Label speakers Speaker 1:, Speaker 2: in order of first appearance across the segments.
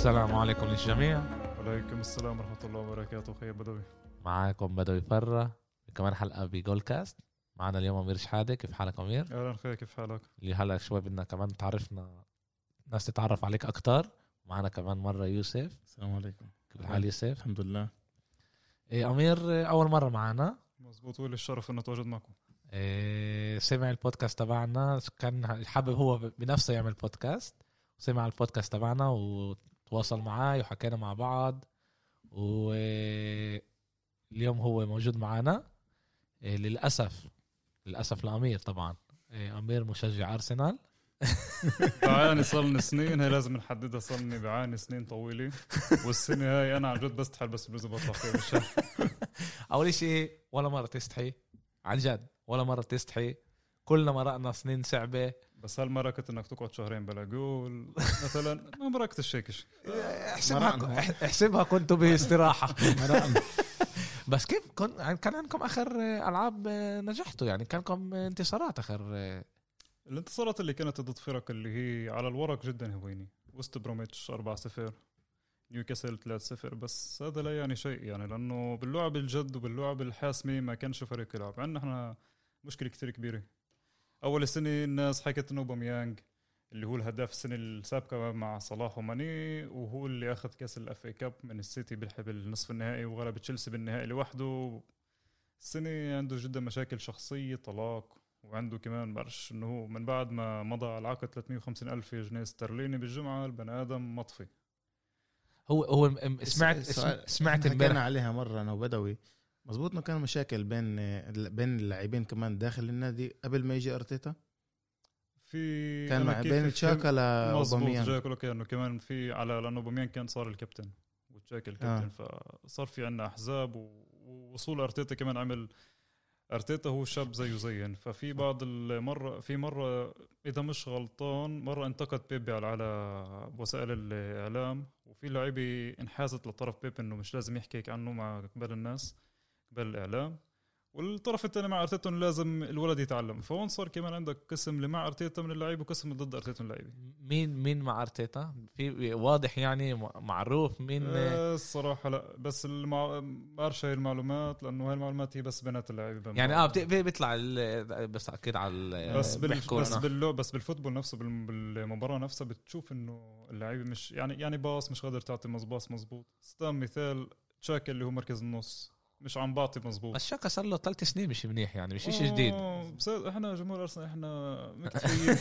Speaker 1: السلام عليكم للجميع.
Speaker 2: وعليكم السلام ورحمة الله وبركاته. خير بدوي
Speaker 1: معاكم بدوي فرة كمان حلقة بجول كاست. معنا اليوم أمير شحادة. كيف حالك أمير؟
Speaker 2: أهلا خير، كيف حالك؟
Speaker 1: اللي هلا شوي بدنا كمان تعرفنا ناس تتعرف عليك أكتر. معنا كمان مرة يوسف.
Speaker 3: السلام عليكم.
Speaker 1: كيف الحال يوسف؟
Speaker 3: الحمد لله.
Speaker 1: أمير أول مرة معنا.
Speaker 2: مزبوط، ولي الشرف أنه أتواجد معكم.
Speaker 1: سمع البودكاست تبعنا، كان حابب هو بنفسه يعمل بودكاست، سمع البودكاست تبعنا وتواصل معاي وحكينا مع بعض، واليوم هو موجود معنا. للأسف لأمير طبعا. أمير مشجع أرسنال.
Speaker 2: بعاني صلني سنين، هي لازم نحددها، صلني بعاني سنين طويلة. والسنة هاي أنا عن جد بستحل بس بلوز بطلع فيها بالشهر.
Speaker 1: أول شيء ولا مرة تستحي عن جد، ولا مرة تستحي. كلنا مرقنا سنين صعبة،
Speaker 2: بس هالمرة كنت انك تقعد شهرين بلا جول مثلا، ما مرقتش هيك شيء.
Speaker 1: احسبها كنتوا باستراحة. بس كيف كان عندكم آخر ألعاب نجحتوا؟ يعني كان لكم انتصارات آخر.
Speaker 2: الانتصارات اللي كانت ضد فرق اللي هي على الورق جدا هويني. وست بروميتش 4-0، نيوكاسل 3-0، بس هذا لا يعني شيء يعني، لأنه باللعب الجد وباللعب الحاسمي ما كانش فريق يلعب. عندنا احنا مشكلة كتير كبيرة. أول سنة الناس حكت إنه أوباميانغ اللي هو الهداف السنة السابقة مع صلاح وماني، وهو اللي أخذ كأس الأف اي كاب من السيتي بالنصف النهائي وغلب تشيلسي بالنهائي لوحده. السنة عنده جدا مشاكل شخصية، طلاق، وعنده كمان برش إنه هو من بعد ما مضى على العقد 350,000 جنيه استرليني بالجمعة. البني آدم مطفي.
Speaker 1: هو سمعت
Speaker 3: حكينا عليها مرة أنا وبدوي. مزبوط، ما كان مشاكل بين اللاعبين كمان داخل النادي قبل ما يجي أرتيتا.
Speaker 2: في
Speaker 3: كان مع بين تشاكا لأوباميانغ.
Speaker 2: مزبوط، جاي كأنه كمان في على لأنه أوباميانغ كان صار الكابتن وتشاكا الكابتن. فصار في عنا أحزاب، ووصول أرتيتا كمان عمل. أرتيتا هو شاب زيه زين، ففي بعض مرة إذا مش غلطان مرة انتقد بيبي على وسائل الإعلام، وفي لاعبي انحازت لطرف بيبي إنه مش لازم يحكي عنه مع قبل الناس قبل الإعلام، والطرف الثاني مع أرتيتا لازم الولد يتعلم. فهون صار كمان عندك قسم اللي مع أرتيتا من اللعيبة وقسم ضد أرتيتا من اللعيبة.
Speaker 1: مين مع أرتيتا؟ في واضح يعني معروف مين؟
Speaker 2: الصراحة لا، بس بعرفش هاي المعلومات، لأنه هاي المعلومات هي بس بينات اللعيبة
Speaker 1: يعني بيطلع بس أكيد على
Speaker 2: بس بالفوتبول نفسه بالمباراة نفسها بتشوف إنه اللعيبة مش يعني باص مش قادر تعطي باص مزبوط. استام مثال تشاكا اللي هو مركز النص مش عم بعطي مزبوط.
Speaker 1: بس شاكا صار له 3 سنين مش منيح يعني، مش شيء جديد.
Speaker 2: بس احنا جمهور أرسنال احنا مكتفيين.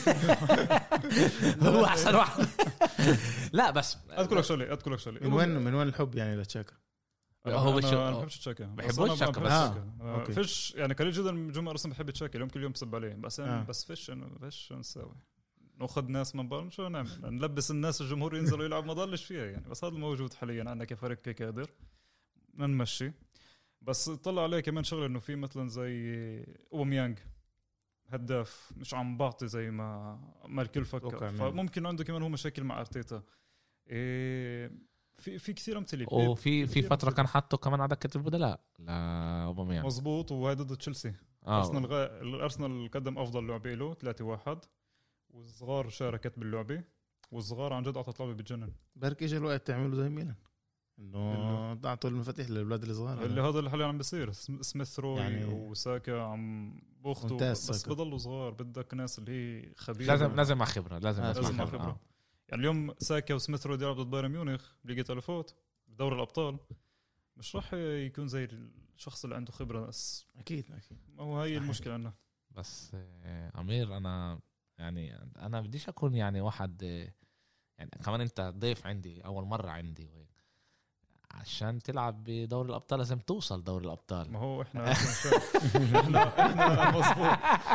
Speaker 1: هو احسن واحد. لا بس
Speaker 2: اذكر لك شغله
Speaker 3: من وين الحب يعني لتشاكا؟
Speaker 2: هو انا بحبش تشاكا،
Speaker 1: بحبش تشاكا
Speaker 2: بس فيش يعني قليل جدا جمهور أرسنال بحب تشاكا، اليوم كل يوم بسب عليه. بس فيش نسوي ناخذ ناس من برا، شو نعمل؟ نلبس الناس الجمهور ينزلوا يلعب، ما ضلش فيها يعني. بس هذا الموجود حاليا عندنا كفريق كادر نمشي. بس طلع عليه كمان شغله انه في مثلا زي أوباميانغ هداف مش عم بعطي زي ما الكل فكر، فممكن عنده كمان هو مشاكل مع أرتيتا. في كثير امثله.
Speaker 1: وفي فتره كان حاطه كمان على دكه البدلاء لأوباميانغ.
Speaker 2: مزبوط، وهي ضد تشيلسي. الارسنال قدم افضل لعبه له 3-1، والصغار شاركت باللعبه، والصغار عن جد اعطت لعبه بتجنن.
Speaker 3: بركي اجى الوقت تعملوا زي ميلان انه ضعتوا المفاتيح للاولاد الصغار.
Speaker 2: اللي هذا اللي حاليا عم بيصير. سميث روي يعني وساكا عم بوخطوا، بس بضلوا صغار. بدك ناس اللي هي خبيره،
Speaker 1: لازم مع خبره، لازم مع خبره.
Speaker 2: يعني اليوم ساكا وسميث روي يلعب ضد بايرن ميونخ بليغة الفوت بدوري الابطال، مش راح يكون زي الشخص اللي عنده خبره. بس
Speaker 3: اكيد
Speaker 2: ما هو هاي المشكله عندنا.
Speaker 1: بس أمير انا بديش اكون يعني واحد يعني كمان انت ضيف عندي اول مره عندي، وهيك عشان تلعب بدوري الابطال لازم توصل دوري الابطال.
Speaker 2: ما هو احنا مظبوط.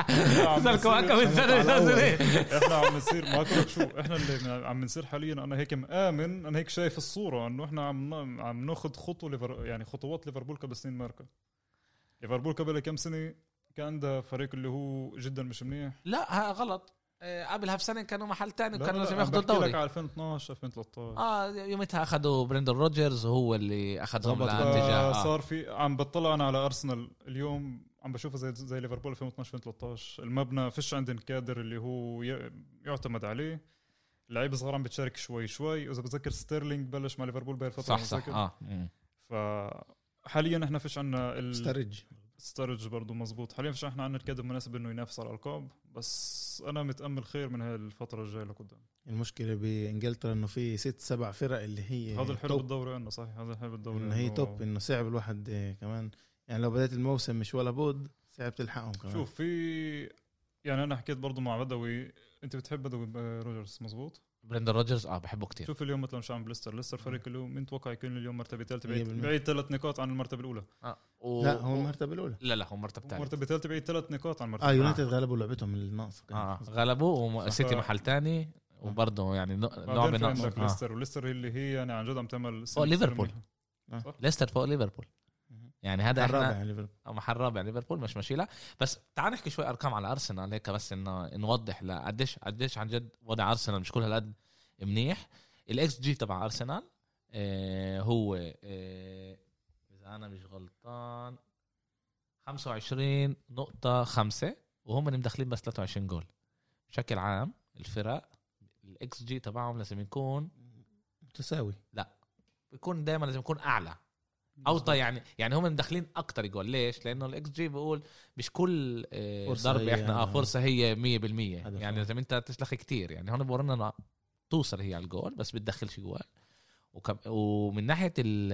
Speaker 2: احنا عم نصير ما اقول شو احنا اللي عم نصير حاليا. انا هيك مآمن، انا هيك شايف الصوره انه احنا عم ناخذ خطوه يعني خطوات ليفربول قبل سنين ماركا. ليفربول قبل كم سنه كان عنده فريق اللي هو جدا مش منيح.
Speaker 1: لا غلط. قبلها بسنة كانوا محل تاني وكانوا لازم ياخدوا الدوري.
Speaker 2: على 2012 2013
Speaker 1: يومتها أخذوا بريندن روجرز وهو اللي أخذهم لاتجاه.
Speaker 2: صار في عم بطلع أنا على أرسنال اليوم عم بشوفه زي ليفربول 2012 2013. المبنى فيش عندن كادر اللي هو يعتمد عليه. اللعيبه صغار عم بتشارك شوي شوي. اذا بتذكر ستيرلينج بلش مع ليفربول بهالفتره،
Speaker 1: صح.
Speaker 2: فحاليا احنا فيش عنا
Speaker 3: ستارج
Speaker 2: برضو مزبوط. حاليا فيش احنا عنا الكادر مناسب انه ينافس على الالقاب، بس انا متامل خير من هاي الفتره الجايه لقدام.
Speaker 3: المشكله بانجلترا انه في 6-7 فرق اللي هي
Speaker 2: هذا الحلو بالدوري انه صحيح، هذا الحلو بالدوري
Speaker 3: انه هي توب، انه صعب الواحد كمان يعني لو بدايه الموسم مش ولا بود صعب تلحقهم كمان.
Speaker 2: شوف في يعني انا حكيت برضو مع بدوي، انت بتحب بدوي روجرز مزبوط؟
Speaker 1: بريندن روجرز بحبه كتير.
Speaker 2: شوف اليوم مثلا شو عم ليستر فريق اليوم مين توقع يكون اليوم مرتبه ثالثه بعيد 3 نقاط عن المرتبه الاولى.
Speaker 3: لا هو المرتبه الاولى،
Speaker 1: لا هو مرتبه ثالث،
Speaker 2: مرتبه ثالثه بعيد 3 نقاط عن المرتبه.
Speaker 3: يونايتد غلبوا لعبتهم الناقصه
Speaker 1: غلبوا وسيتي محل تاني وبرضه يعني لعبه ناقصه.
Speaker 2: وليستر اللي هي يعني عن جد عم تعمل
Speaker 1: ليفربول. ليستر فوق ليفربول يعني هذا احنا محل رابع ليفربول مش ماشي لا. بس تعال نحكي شوي ارقام على ارسنال هيك بس انه نوضح قديش عن جد وضع ارسنال مش كل هالقد منيح. الاكس جي تبع ارسنال هو اذا انا مش غلطان 25.5 وهم مدخلين بس 23 جول. بشكل عام الفرق الاكس جي تبعهم لازم يكون
Speaker 3: متساوي،
Speaker 1: لا بيكون دائما لازم يكون اعلى اوطى يعني هم مدخلين اكتر جول. ليش؟ لانه الاكس جي بقول مش كل ضربه احنا فرصه هي 100%. يعني لازم انت تسلخ كتير. يعني هون بورنا توصل هي على الجول بس بتدخلش جوال. ومن ناحيه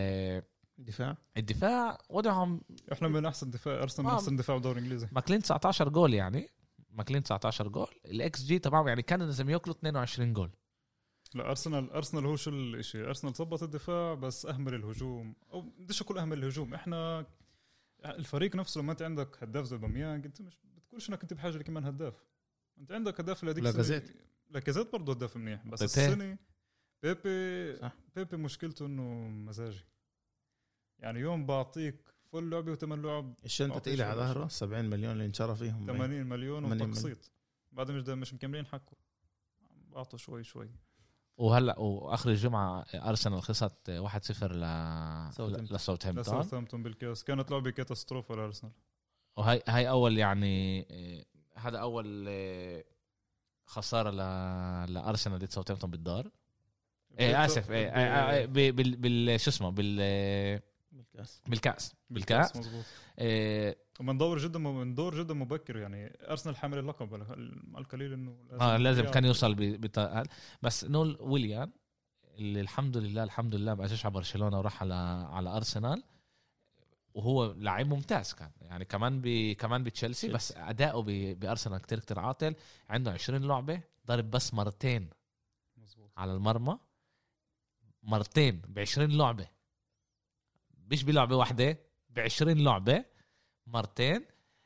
Speaker 1: الدفاع وضعهم
Speaker 2: احنا من احسن دفاع ارسنال، من احسن دفاع بالدوري الانجليزي.
Speaker 1: ماكلين 19 جول يعني ماكلين 19 جول. الاكس جي تبعهم يعني كان لازم ياكلوا 22 جول.
Speaker 2: لا ارسنال هو شو الاشي، ارسنال ضبط الدفاع بس اهمل الهجوم، او بديش اقول اهمل الهجوم. احنا الفريق نفسه لما انت عندك هداف زي باميانج انت مش بتقولش انك انت بحاجه لكمان هداف. انت عندك هداف لاكازيت برضه هداف منيح. بس السنه بيبي مشكلته انه مزاجي. يعني يوم بعطيك فل لعبه وثمان لعب
Speaker 3: الشنطه تقيله على ظهره 70 مليون اللي انشرى فيهم
Speaker 2: 80 مليون وتقسيط بعد مش مكملين حقه بعطوا شوي.
Speaker 1: وهلا واخر الجمعه ارسنال خسرت 1-0
Speaker 2: لساوثهامبتون بالكاس. كانت لعبه كاتاستروفه لارسنال.
Speaker 1: وهي اول يعني هذا اول خساره لارسنال ضد ساوثهامبتون بالدار. اسف شو اسمه بالكاس
Speaker 2: مظبوط. ومن دور جدا مبكر. يعني ارسنال حامل اللقب القليل انه
Speaker 1: لازم كان يوصل بس نقول ويليان اللي الحمد لله ما اجاش على برشلونه وراح على ارسنال. وهو لاعب ممتاز كان يعني كمان بتشيلسي. بس اداؤه بارسنال كتير عاطل. عنده 20 لعبه ضرب بس مرتين
Speaker 2: مظبوط
Speaker 1: على المرمى، مرتين ب20 لعبه، مش بلعبه واحده، ب20 لعبه مرتين.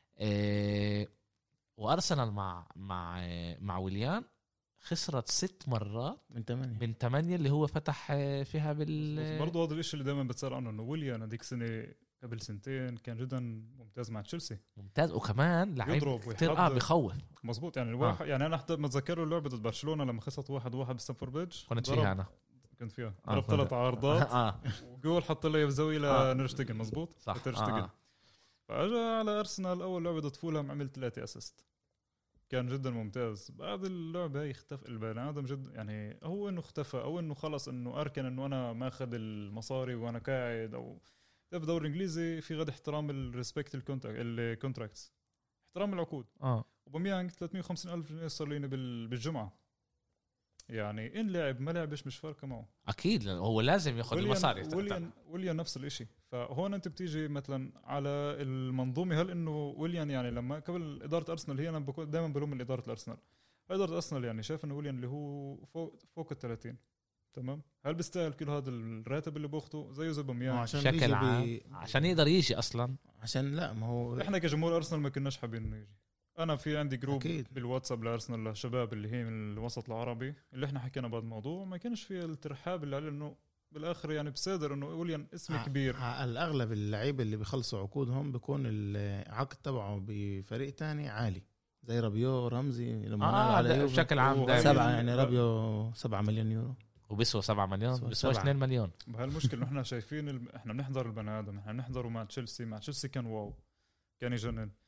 Speaker 1: وارسنال مع ويليان خسرت 6 مرات من 8 اللي هو فتح فيها
Speaker 2: برضو هذا الشيء اللي دائما بتصير عنه انه ويليان هذيك سنه قبل سنتين كان جدا ممتاز مع تشيلسي،
Speaker 1: ممتاز وكمان لعيب كتير بخوف.
Speaker 2: مظبوط. يعني الواحد يعني انا متذكر له لعبه ضد برشلونه لما خسرت 1-1 بستانفورد بريدج.
Speaker 1: كنت فيها انا
Speaker 2: كنت فيها ضرب 3 عارضات وجول حط لي بزاويه لنرشتجن. مظبوط
Speaker 1: صح.
Speaker 2: فاجا على ارسنال اول لعبه ضد فولهام عمل 3 اسيست، كان جدا ممتاز. بعد اللعبه هي اختفى البني ادم جدا. يعني هو انه اختفى او انه خلص انه اركن انه انا ماخذ المصاري وانا قاعد. او في الدوري الانجليزي في غد احترام الريسبكت الكونتراكتس، احترام العقود. وباميانج 350,000 جنيه صار لي بالجمعه. يعني ان لعب ما لعبش مش فارقه معه
Speaker 1: اكيد، هو لازم ياخذ المصاري.
Speaker 2: ويليان نفس الاشي. فهون انت بتيجي مثلا على المنظومه. هل انه ويليان يعني لما قبل اداره ارسنال هي انا دائما بلوم من اداره الارسنال. اداره ارسنال يعني شايف انه ويليان اللي هو فوق ال30 تمام، هل بيستاهل كل هذا الراتب اللي باخده زي باميانج
Speaker 1: بشكل عام عشان يقدر يجي اصلا؟
Speaker 3: عشان لا ما هو
Speaker 2: احنا كجمهور ارسنال ما كناش حابين انه يجي. انا في عندي جروب
Speaker 3: أكيد.
Speaker 2: بالواتساب لارسنال للشباب اللي هي من الوسط العربي اللي احنا حكينا بعض الموضوع ما كانش فيه الترحاب اللي على انه بالاخر يعني بصدر انه ويليان اسم كبير.
Speaker 3: الاغلب اللعيبه اللي بيخلصوا عقودهم بيكون العقد تبعه بفريق تاني عالي زي رابيو رمزي لما
Speaker 1: على بشكل عام
Speaker 3: 7 يعني رابيو 7 مليون يورو
Speaker 1: وبيسوى 7 مليون بيسوى 2 مليون.
Speaker 2: بهالمشكله احنا شايفين احنا بنحضر البني ادم، احنا بنحضره مع تشيلسي كان واو كان يجنن.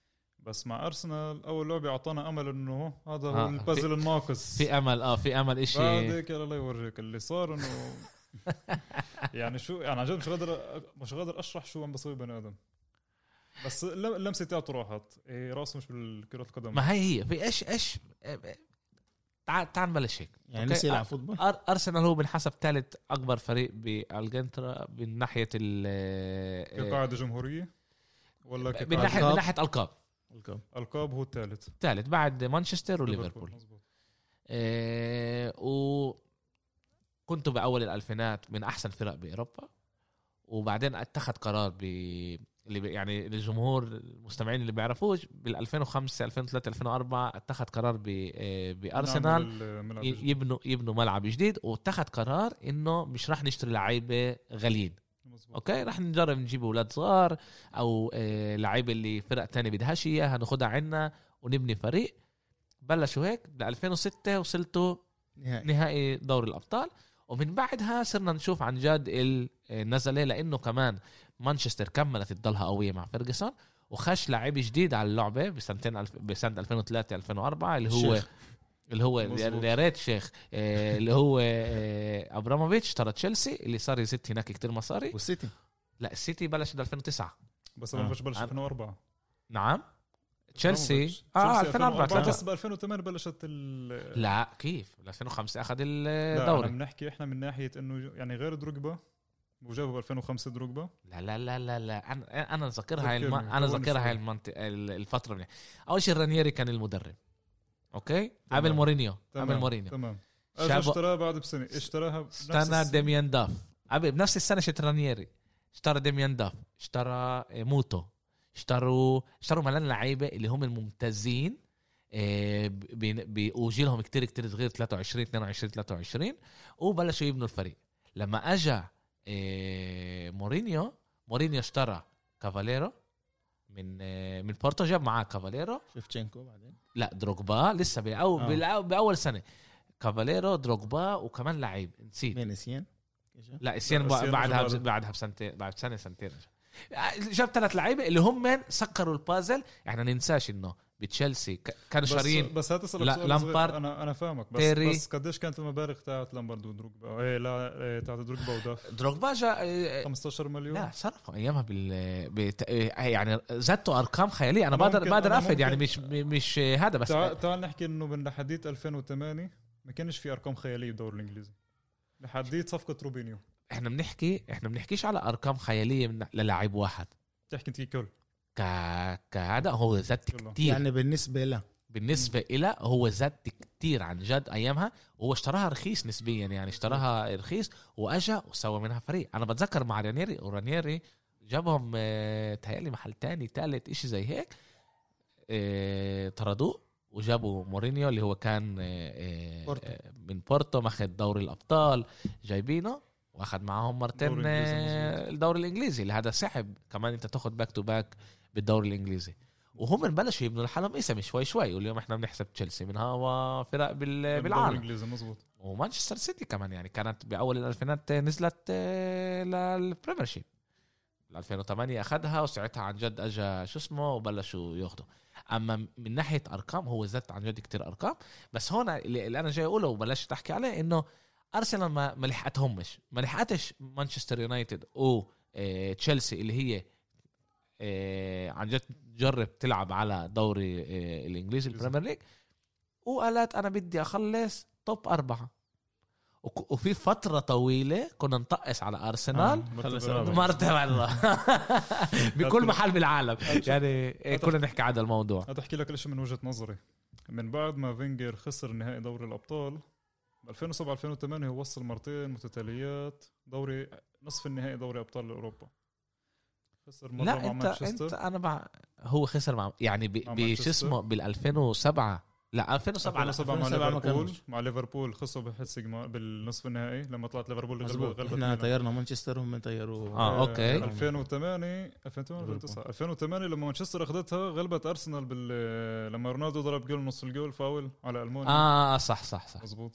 Speaker 2: بس مع ارسنال اول لعبه اعطانا امل انه هذا هو البازل الناقص،
Speaker 1: في امل في امل اشي.
Speaker 2: بعد هيك الله يورجيك اللي صار انه يعني شو يعني عن جد مش قادر اشرح شو عم بسوي بني ادم. بس اللمسه تاعته راحت، راسه مش بالكره القدم.
Speaker 1: ما هي في ايش تعال نبلش هيك.
Speaker 3: يعني نسي يلعب فوتبول.
Speaker 1: ارسنال هو بنحسب ثالث اكبر فريق بالجنترا من ناحيه
Speaker 2: كقاعده جمهوريه ولا
Speaker 1: من ناحيه
Speaker 2: القاب هو الثالث
Speaker 1: بعد مانشستر وليفربول. وكنتوا باول الالفينات من احسن فرق باوروبا، وبعدين اتخذ قرار يعني الجمهور المستمعين اللي بيعرفوش بال2005 2003 2004 اتخذ قرار بارسنال يبنوا ملعب جديد، واتخذ قرار انه مش راح نشتري لعيبه غاليين. اوكي راح نجرب نجيب اولاد صغار او لعيبه اللي فرق تانية بدهاش اياها ناخدها عنا ونبني فريق. بلشوا هيك ب2006 وصلتوا نهائي دوري الابطال، ومن بعدها صرنا نشوف عن جد النزله، لانه كمان مانشستر كملت تضلها قويه مع فيرجسون وخش لاعب جديد على اللعبه بسنه 2003 2004 اللي هو يا ريت شيخ اللي هو ابراموفيتش ترى تشيلسي اللي صار يزت هناك كتير مصاري.
Speaker 3: والسيتي
Speaker 1: لا السيتي بلش ب 2009
Speaker 2: بس بلش 2004.
Speaker 1: نعم تشيلسي 2004
Speaker 2: بس ب 2008 بلشت
Speaker 1: لا كيف 2005 اخذ الدوري.
Speaker 2: بنحكي احنا من ناحيه انه يعني غير دروجبا وجابوا ب 2005 دروجبا.
Speaker 1: لا انا ذاكرها انا ذاكرها الفتره منها. اول شيء رانييري كان المدرب اوكي قبل مورينيو
Speaker 2: تمام اشترى بعد بسنه اشتراها
Speaker 1: استنى ديميان داف قبل بنفس السنه شت رانييري اشترى ديميان داف اشترى موتو اشتروا ملان لعيبه اللي هم الممتازين بوجيلهم كتير صغير 23 وبلشوا يبنوا الفريق. لما اجى مورينيو اشترى كافاليرو من بورتو، جاب معاه كافاليرو
Speaker 3: شيفتشينكو بعدين
Speaker 1: لا دروغبا لسه باول سنه كافاليرو دروغبا وكمان لعيب نسيت
Speaker 3: مين اسيان.
Speaker 1: لا اسيان بعدها بسنتين بعد سنتين جاب 3 لعيبه اللي هم سكروا البازل. احنا ننساش انه بتشيلسي كانوا شارين
Speaker 2: بس هتسأل
Speaker 1: لامبارد
Speaker 2: انا فاهمك بس قديش كانت المبالغ تاعت لامبارد ودروجبا تاعت دروجبا وداف
Speaker 1: دروجبا جا
Speaker 2: 15 مليون
Speaker 1: لا صرفوا ايامها يعني زادوا ارقام خياليه. انا بقدر افيد يعني مش هذا بس
Speaker 2: تعال نحكي انه من لحديت 2008 ما كانش في ارقام خياليه بالدوري الانجليزي لحديت صفقه روبينيو.
Speaker 1: احنا بنحكيش على ارقام خياليه للاعب واحد،
Speaker 2: تحكي انت كل
Speaker 1: كهذا هو زاد كتير
Speaker 3: يعني بالنسبة إلى
Speaker 1: هو زاد كتير عن جد أيامها. وهو اشتراها رخيص نسبيا يعني اشتراها رخيص وأجا وسوى منها فريق. أنا بتذكر مع رانييري جابهم تهيألي محل تاني تالت إشي زي هيك طردوه وجابوا مورينيو اللي هو كان من بورتو ماخد دوري الأبطال جايبينه واخد معهم مرتين الدوري الإنجليزي اللي هذا سحب كمان انت تاخد باك تو باك بالدوري الإنجليزي. وهم بلشوا يبنوا لحالهم اسم شوي واليوم احنا بنحسب تشيلسي منها وفرق بالعالم ومانشستر سيتي كمان يعني كانت بأول الألفينات نزلت للبريميرشيب 2008 أخدها وساعتها عن جد أجا شو اسمه وبلشوا ياخدوا. أما من ناحية أرقام هو زاد عن جد كتير أرقام. بس هون اللي أنا جاي أقوله وبلشت أحكي عليه إنه أرسنال ما لحقتش مانشستر يونايتد تشيلسي اللي هي عن جد جرب تلعب على دوري الإنجليزي البريمير ليج وقالت أنا بدي أخلص توب 4. وفي فترة طويلة كنا نطقس على أرسنال مرة بكل محل بالعالم يعني كنا نحكي على الموضوع.
Speaker 2: هتحكي لك ليش من وجهة نظري من بعد ما فينجر خسر نهائي دوري الأبطال 2007-2008 هو وصل مرتين متتاليات دوري نصف النهائي دوري أبطال أوروبا. خسر مرة
Speaker 1: لا
Speaker 2: مع مانشستر
Speaker 1: هو خسر مع يعني بشو اسمه بال2007 لا 2007
Speaker 2: مع ليفربول خسروا بحس بالنصف النهائي لما طلعت ليفربول غلبت
Speaker 3: احنا طيرنا مانشستر وهم طيروا
Speaker 1: اوكي
Speaker 2: 2008 لما مانشستر اخذتها غلبت ارسنال لما رونالدو ضرب جول نص الجول فاول على المانيا
Speaker 1: صح
Speaker 2: مزبوط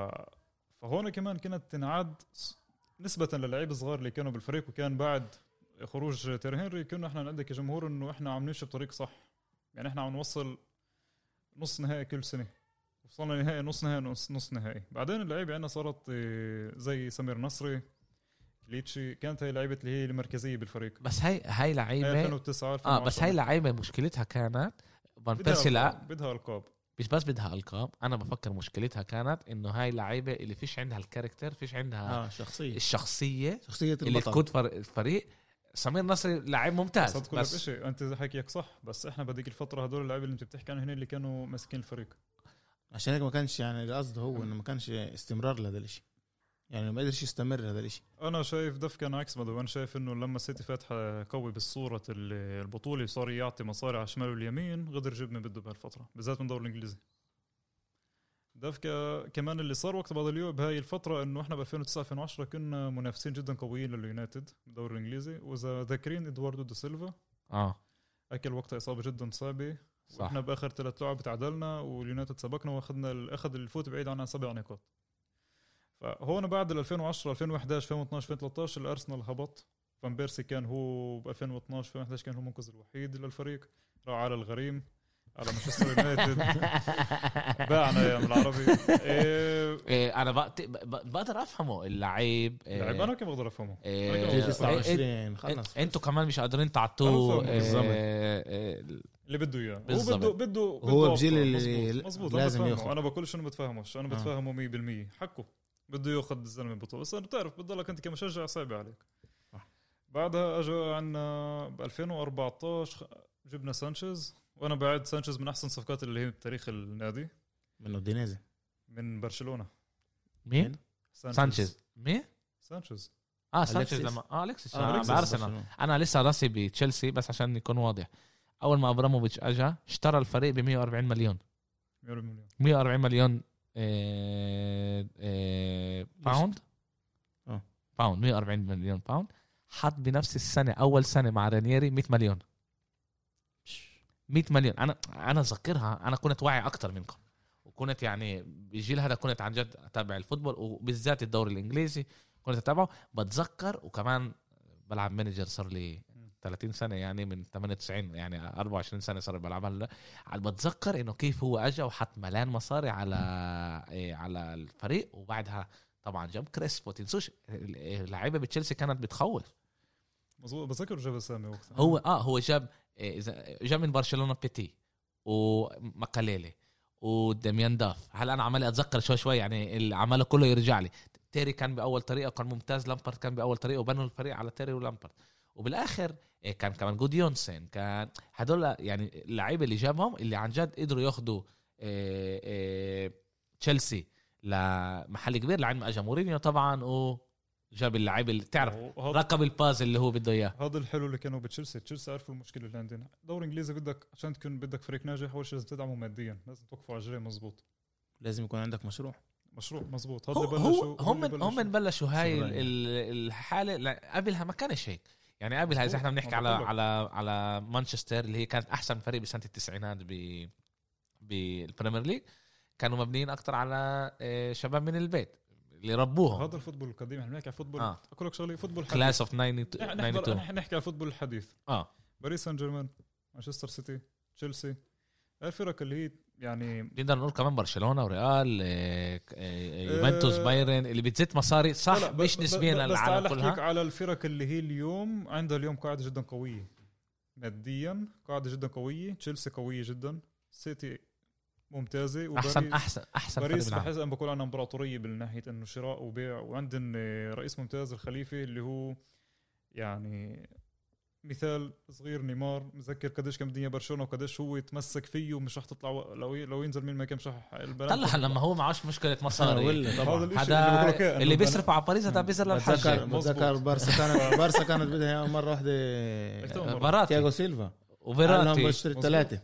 Speaker 2: فهون كمان كانت تنعد نسبة للعيب الصغار اللي كانوا بالفريق وكان بعد خروج تيري هنري كنا احنا عندك كجمهور انه احنا عم نمشي بطريق صح، يعني احنا عم نوصل نص نهائي كل سنه، وصلنا نهائي نص نهائي نص نهائي. بعدين اللعيبه عندنا صارت زي سمير نصري كليتشي، كانت هي لعيبه اللي هي المركزيه بالفريق.
Speaker 1: بس هاي لعيبه
Speaker 2: 2009 2010
Speaker 1: بس هاي لعيبه مشكلتها كانت فان بيرسي لا
Speaker 2: بدها القاب،
Speaker 1: مش بس بدها القاب. انا بفكر مشكلتها كانت انه هاي لعيبه اللي فيش عندها الكاركتر، فيش عندها
Speaker 3: شخصيه
Speaker 1: اللي
Speaker 3: البطل
Speaker 1: تقود الفريق. سمير نصري لاعب ممتاز
Speaker 2: بس انت حكيك صح، بس احنا بديك الفتره هدول اللاعبين اللي انت بتحكي عنهم هنا اللي كانوا ماسكين الفريق،
Speaker 3: عشان هيك ما كانش يعني القصد هو انه ما كانش استمرار لهذا الشيء، يعني ما قدرش يستمر هذا الشيء.
Speaker 2: انا شايف دف كان عكس بدو. انا شايف انه لما السيتي فاتحه قوي بالصوره البطوله صار يعطي مصاري على الشمال واليمين، غدر جيب من بده بهالفتره بالذات من الدوري الانجليزي. دف كمان اللي صار وقت بعض اليوم بهاي الفتره انه احنا ب 2009 2010 كنا منافسين جدا قويين لليونايتد بالدوري الانجليزي، واذا ذاكرين ادواردو دو سيلفا اكل وقتها اصابه جدا صعبه، واحنا باخر 3 لعب تعادلنا واليونايتد سبقنا واخذنا اخذ الفوت بعيد عنا 7 نقاط. فهون بعد 2010 2011 2012 2013 الارسنال هبط. فان بيرسي كان هو ب 2012 2011 كان هو المنقذ الوحيد للفريق، راح على الغريم على مانشستر يونايتد باعنا يا من العربي.
Speaker 1: انا بقدر افهمه اللعيب
Speaker 2: انا كيف بقدر افهمه.
Speaker 3: 29 خلص
Speaker 1: انتوا كمان مش قادرين تعطوه
Speaker 2: اللي بده اياه.
Speaker 3: هو بجيل اللي
Speaker 2: لازم ياخذ. انا بقولش انه بتفهمش، انا بتفهمه 100% حقه، بده ياخذ الزلمه البطوله، بس انت تعرف بتضلك انت كمشجع صعب عليك. بعدها اجى عنا ب 2014 جبنا سانشيز، وانا بعد سانشيز من احسن صفقات اللي هي بتاريخ النادي،
Speaker 3: من اودينيزي
Speaker 2: من برشلونه.
Speaker 1: مين سانشيز
Speaker 2: سانشيز
Speaker 1: لما أليكسيس بارسنال. انا لسه راسي بتشيلسي بس عشان يكون واضح. اول ما ابراموفيتش اجى اشترى الفريق ب 140 مليون باوند. باوند 140 مليون باوند. حط بنفس السنه اول سنه مع رانييري 100 مليون. انا ذكرها، انا كنت واعي اكتر منكم، وكنت يعني بالجيل هذا كنت عن جد اتابع الفوتبول وبالذات الدوري الانجليزي كنت اتابعه. بتذكر وكمان بلعب مانجر صار لي 30 سنه، يعني من 98 يعني 24 سنه صار بلعبها. بتذكر انه كيف هو اجى وحط ملان مصاري على الفريق، وبعدها طبعا جاب كريسبو. تنسوش اللعيبه بتشيلسي كانت بتخوف.
Speaker 2: مظبوط، بتذكر جاب اسامي وقتها.
Speaker 1: هو جاب من برشلونه بيتي وماكاليلي ودميان داف. هل انا عمالي اتذكر شوي يعني اللي عمله كله يرجع لي. تيري كان باول طريقه كان ممتاز، لامبارد كان باول طريقه، وبنوا الفريق على تيري ولامبارد. وبالاخر كان كمان جوديونسن، كان هدول يعني اللعيبه اللي جابهم اللي عن جد قدروا ياخدوا تشيلسي لمحل كبير. لعين ما اجى مورينيو طبعا وجاب اللعيبه اللي تعرف ركب الباز اللي هو بده اياه.
Speaker 2: هذا الحلو اللي كانوا بتشيلسي عرفوا المشكله اللي عندنا. دوري انجليزي بدك عشان تكون بدك فريق ناجح اول شيء لازم تدعمه ماديا، لازم توقفوا على جري مزبوط،
Speaker 3: لازم يكون عندك مشروع
Speaker 2: مزبوط.
Speaker 1: هم بلشوا هاي الحاله. قبلها ما كانش هيك يعني. قبلها اذا احنا بنحكي على مانشستر اللي هي كانت احسن فريق بسنه التسعينات بالبريمير ليج، كانوا مبنيين اكتر على شباب من البيت اللي ربوهم.
Speaker 2: هذا الفوتبول القديم، احنا بنحكي على فوتبول اقول لك شغله فوتبول حديث
Speaker 1: كلاس اوف 92.
Speaker 2: احنا نحكي على فوتبول الحديث. باريس سان جيرمان، مانشستر سيتي، تشيلسي، الفرق اللي هي يعني
Speaker 1: نقدر نقول كمان برشلونه وريال، يوفنتوس، بايرن اللي بتزيد مصاري صح مش نسبيا للعالم كلها.
Speaker 2: بس على الفرق اللي هي اليوم عندها اليوم قاعده جدا قويه ماديا، قاعده جدا قويه. تشيلسي قويه جدا، سيتي ممتازه،
Speaker 1: احسن
Speaker 2: باريس بحس انا بقول عنها امبراطوريه بالناحيه انه شراء وبيع، وعندن رئيس ممتاز الخليفه اللي هو يعني مثال صغير. نيمار مذكر قديش كم دنيا برشلونه وقديش هو يتمسك فيه ومش رح تطلع لو ينزل من ما كم شح
Speaker 1: طلع لما هو معاش مشكله مصاري.
Speaker 2: هذا
Speaker 1: اللي بيصرف على باريس هذا بيصير للحج.
Speaker 3: بتذكر بارسا كانت بدها مره واحده تياغو سيلفا
Speaker 1: وفيراتي
Speaker 3: بشتري 3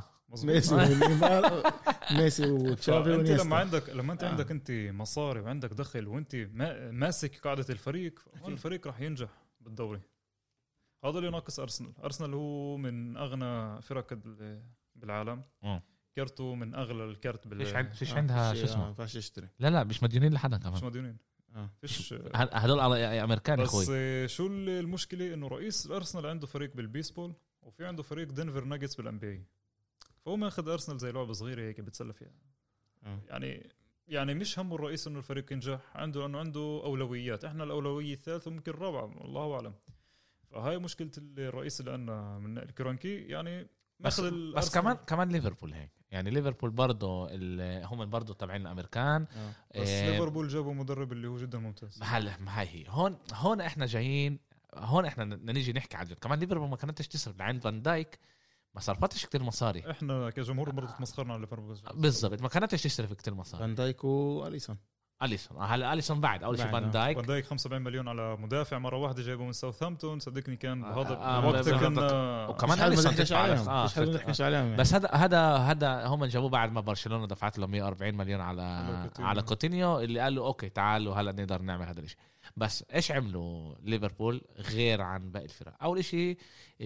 Speaker 3: ميسي وتشافي
Speaker 2: ونيستا. لما انت عندك انت مصاري وعندك دخل وانت ماسك قاعده الفريق، الفريق راح ينجح بالدوري. هذا اللي ناقص أرسنال هو من أغنى فرق بالعالم. كرته من أغلى الكرت
Speaker 1: فيش عندها شو اسمه
Speaker 3: فاش يشتري.
Speaker 1: لا مش مديونين لحدا كمان،
Speaker 2: مش مديونين. فيش
Speaker 1: هدول امريكان
Speaker 2: بس
Speaker 1: اخوي.
Speaker 2: شو المشكله انه رئيس الارسنال عنده فريق بالبيسبول وفي عنده فريق دنفر ناجتس بالان بي، فهو ماخذ ارسنال زي لعبه صغيره هيك بتسلى فيها. يعني مش همه الرئيس انه الفريق ينجح عنده، لانه عنده اولويات. احنا الاولويه الثالثه وممكن الرابعه الله اعلم. فهاي مشكله الرئيس اللي عندنا من الكرونكي يعني
Speaker 1: بس كمان ليفربول هيك يعني ليفربول برضه هم برضه تبعين الامريكان.
Speaker 2: بس ليفربول جابوا مدرب اللي هو جدا ممتاز.
Speaker 1: ما هي هون احنا جايين، هون احنا نيجي نحكي عن كمان ليفربول ما كانتش تصرف لعند فان دايك، ما صرفتش كتير مصاري.
Speaker 2: احنا كجمهور برضه تمسخرنا على ليفربول
Speaker 1: بالضبط، ما كانتش تصرف كتير مصاري.
Speaker 3: فان دايك واليسون
Speaker 1: هلا اليسون بعد اول شيء فان دايك
Speaker 2: 75 مليون على مدافع مره واحده جايبه من ساوثهامبتون. صدقني كان بهذا الوقت كنا
Speaker 1: وكمان
Speaker 3: اليسون عليهم
Speaker 1: بس هذا هم جابوه بعد ما برشلونه دفعت له 140 مليون على كوتينيو اللي قال له اوكي تعالوا هلا نقدر نعمل هذا الشيء. بس ايش عملوا ليفربول غير عن باقي الفرق؟ اول شيء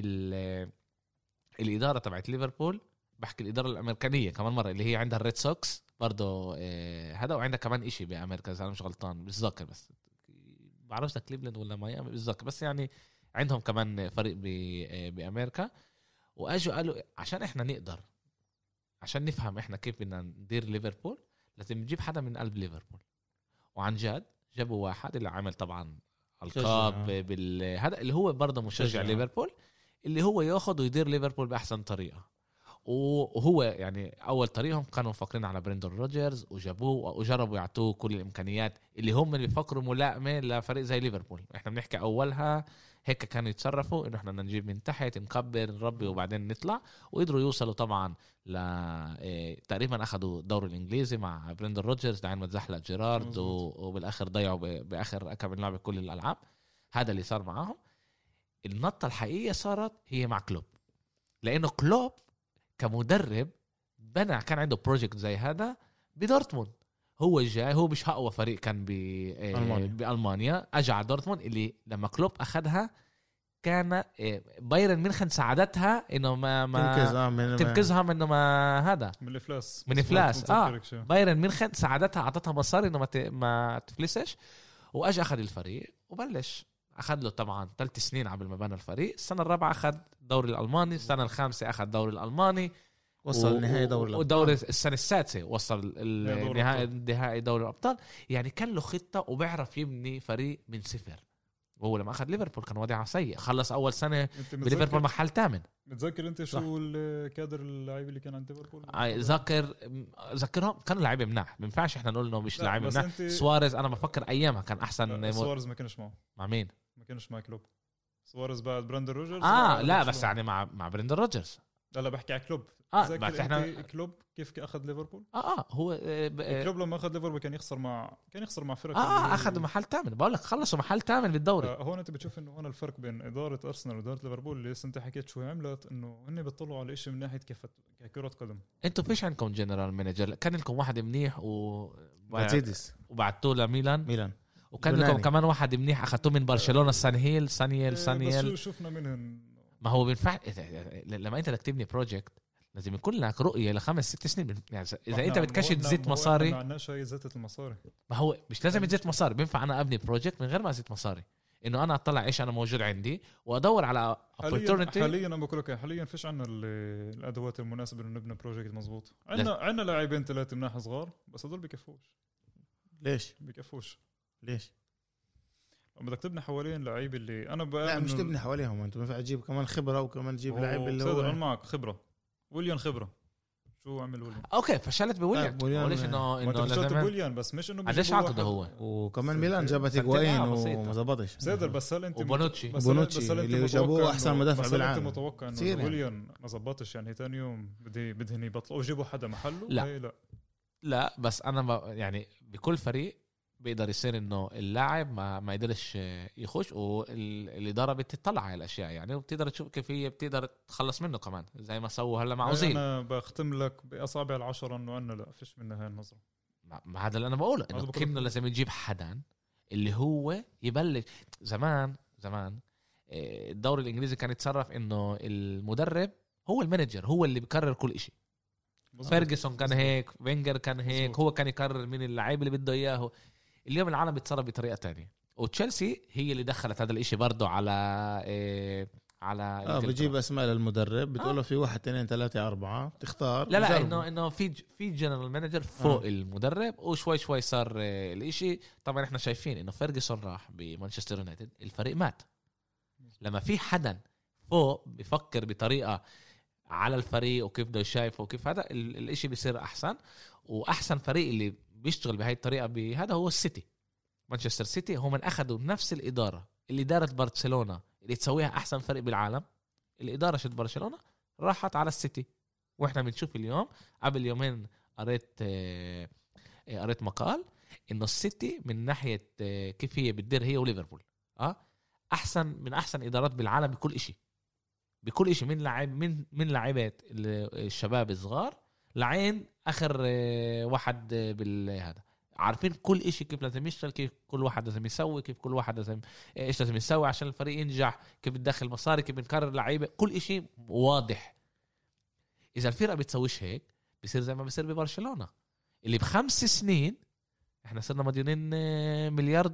Speaker 1: الاداره تبعت ليفربول، بحكي الاداره الامريكانيه كمان مره اللي هي عندها الريد سوكس برضه هذا، وعندها كمان إشي بامريكا اذا انا مش غلطان مش ذاكر، بس بعرفش ده كليفلاند ولا ميامي بالذات، بس يعني عندهم كمان فريق بامريكا. واجوا قالوا عشان احنا نقدر، عشان نفهم احنا كيف بدنا ندير ليفربول لازم نجيب حدا من قلب ليفربول. وعن جد جابوا واحد اللي عمل طبعا القاب هذا اللي هو برضه مشجع ليفربول، اللي هو ياخذ ويدير ليفربول باحسن طريقه. وهو يعني اول طريقهم كانوا مفكرين على بريندون روجرز وجابوه وجربوا يعطوه كل الامكانيات اللي هم اللي بيفكروا ملائمه لفريق زي ليفربول. احنا بنحكي اولها هيك كانوا يتصرفوا انه احنا نجيب من تحت نكبر نربي وبعدين نطلع، وقدروا يوصلوا طبعا تقريبا اخذوا الدوري الانجليزي مع بريندون روجرز لعين ما تزحلق جيرارد وبالاخر ضيعوا باخر كم لعبه كل الالعاب. هذا اللي صار معاهم. النطه الحقيقيه صارت هي مع كلوب، لانه كلوب كمدرب بنى كان عنده بروجكت زي هذا بدورتموند. هو جاي، هو مش أقوى فريق كان بألمانيا، أجى على دورتموند اللي لما كلوب أخذها كان بايرن ميونخ ساعدتها إنه ما تنقذها من إنه ما هذا
Speaker 2: من الإفلاس
Speaker 1: بايرن ميونخ ساعدتها، أعطتها مصاري إنه ما تفلسش. وأجى أخذ الفريق وبلش أخذ له طبعا 3 سنين قبل ما بنى الفريق. السنة الرابعة أخذ دوري الألماني، السنة الخامسة أخذ دوري الألماني،
Speaker 3: وصل نهائي
Speaker 1: دوري السنة السادسة وصل نهائي دوري الأبطال. يعني كان له خطة وبيعرف يبني فريق من صفر. وهو لما أخذ ليفربول كان وضعه سيء، خلص أول سنة بليفربول محل 8.
Speaker 2: متذكر أنت شو الكادر اللاعب اللي كان عند ليفربول؟
Speaker 1: ذكرهم كانوا لاعبين مناح، ما ينفعش إحنا نقول إنه مش لاعب مناح. سواريز أنا بفكر أيامها كان أحسن.
Speaker 2: سواريز ما كانش معه.
Speaker 1: مع مين؟
Speaker 2: ما كانش مع كلوب. سواريز بعد براندون روجرز.
Speaker 1: لا بس يعني مع براندون روجرز.
Speaker 2: لا بحكي على كلوب.
Speaker 1: بس احنا
Speaker 2: كلوب كيف اخذ ليفربول؟
Speaker 1: هو
Speaker 2: كلوب لما اخذ ليفربول كان يخسر مع فرق.
Speaker 1: اخذ محل 8، بقول لك خلصوا محل 8 بالدوري.
Speaker 2: هون انت بتشوف انه هون الفرق بين اداره ارسنال واداره ليفربول اللي انت حكيت شو عملت، انه هن بيطلعوا على شيء من ناحيه كيف كره قدم.
Speaker 1: انتوا فيش عندكم جنرال مانجر؟ كان لكم واحد منيح
Speaker 3: مرسيدس
Speaker 1: وبعتوه لميلان، وكان
Speaker 3: يوناني.
Speaker 1: لكم كمان واحد منيح اخذتوه من برشلونه سانيل.
Speaker 2: بس شفنا منهم.
Speaker 1: ما هو بينفع لما انت بدك تبني بروجكت لازم يكون لك رؤيه ل5-6 سنين. يعني اذا انت بتكشف تزيد مصاري،
Speaker 2: ما عندناش هي زيت المصاري.
Speaker 1: ما هو مش لازم تزيد مصاري، بينفع انا ابني بروجكت من غير ما ازيد مصاري، انه انا اطلع ايش انا موجود عندي وادور على opportunity.
Speaker 2: حاليا انا بقول لك حاليا فيش عنا الادوات المناسبه انه نبني بروجكت مزبوط. عندنا لاعبين 3 مناح صغار بس هذول بكفوش.
Speaker 3: ليش
Speaker 2: بكفوش؟
Speaker 3: ليش
Speaker 2: بدك تبني حوالين لعيب اللي انا
Speaker 3: لا مش تبني حواليهم، انت ينفع تجيب كمان خبره وكمان تجيب لاعب اللي هو
Speaker 2: انا معك خبره. ويليان خبره. شو عمل ويليان؟
Speaker 1: اوكي فشلت بويليان. ليش انه
Speaker 2: لازم ويليان بس مش انه
Speaker 1: علاش عقده هو.
Speaker 3: وكمان ميلان جابت ايجوين وما زبطش.
Speaker 2: سيدر بس هل انت
Speaker 1: وبونوتشي
Speaker 3: اللي جابوه احسن مدافع بالعالم.
Speaker 2: انت متوقع انه ويليان ما زبطش يعني ثاني يوم بدهن يبطلوا ويجيبوا حدا محله؟
Speaker 1: لا بس انا يعني بكل فريق بيقدر يصير انه اللاعب ما يقدرش يخش، والاداره بتطلع على الاشياء يعني وبتقدر تشوف كيف هي بتقدر تخلص منه كمان زي ما سووا هلا مع اوزيل.
Speaker 2: انا بختم لك باصابع العشرة انه انا لا فيش منها هاي النظره.
Speaker 1: ما هذا اللي انا بقوله، انه كنا لازم نجيب حدا اللي هو يبلش. زمان الدوري الانجليزي كان يتصرف انه المدرب هو المانجر، هو اللي بيقرر كل إشي. فيرجسون كان هيك، فينجر كان هيك، هو كان يقرر مين اللاعب اللي بده اياه. اليوم العالم بيتصرف بطريقه تانية، وتشيلسي هي اللي دخلت هذا الاشي برضو على
Speaker 3: بجيب اسماء للمدرب بتقول له في 1 2 3 4 تختار.
Speaker 1: لا انه في جنرال مانجر فوق المدرب، وشوي شوي صار الاشي. طبعا احنا شايفين انه فيرجسون راح بمانشستر يونايتد، الفريق مات. لما في حدا فوق بيفكر بطريقه على الفريق وكيف بده يشايفه وكيف هذا الاشي بيصير احسن. واحسن فريق اللي بيشتغل بهاي الطريقه بهذا هو السيتي. مانشستر سيتي هم من اخذوا نفس الاداره اللي دارت برشلونه اللي تسويها احسن فريق بالعالم. الاداره شد برشلونه راحت على السيتي، واحنا بنشوف اليوم. قبل يومين قريت مقال انه السيتي من ناحيه كيف هي بتدير هي وليفربول احسن من احسن ادارات بالعالم بكل إشي من لاعب من لاعبات الشباب الصغار لعين اخر واحد بالهذا. عارفين كل إشي كيف لازم يشتغل، كيف كل واحد لازم يسوي، كيف كل واحد لازم ايش لازم يسوي عشان الفريق ينجح، كيف بتدخل مصاري، كيف بنكرر لعيبه، كل إشي واضح. اذا الفرقه بتسويش هيك بيصير زي ما بيصير ببرشلونه اللي ب5 سنين احنا صرنا مديونين مليار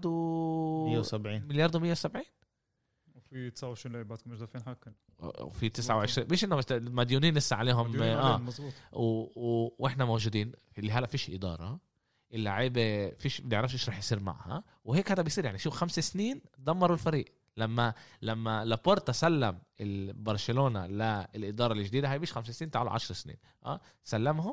Speaker 1: 170
Speaker 2: وفي 29 لاعبات مش دافعين حقهم،
Speaker 1: وفي 29 مش انه مديونين لسه عليهم واحنا موجودين اللي هلا فيش اداره، اللعيبه فيش بنعرفش ايش رح يصير معها. وهيك هذا بيصير يعني. شوف 5 سنين دمروا الفريق. لما لابورتا سلم برشلونه للاداره الجديده، هاي مش 5 سنين، تعالوا 10 سنين سلمهم.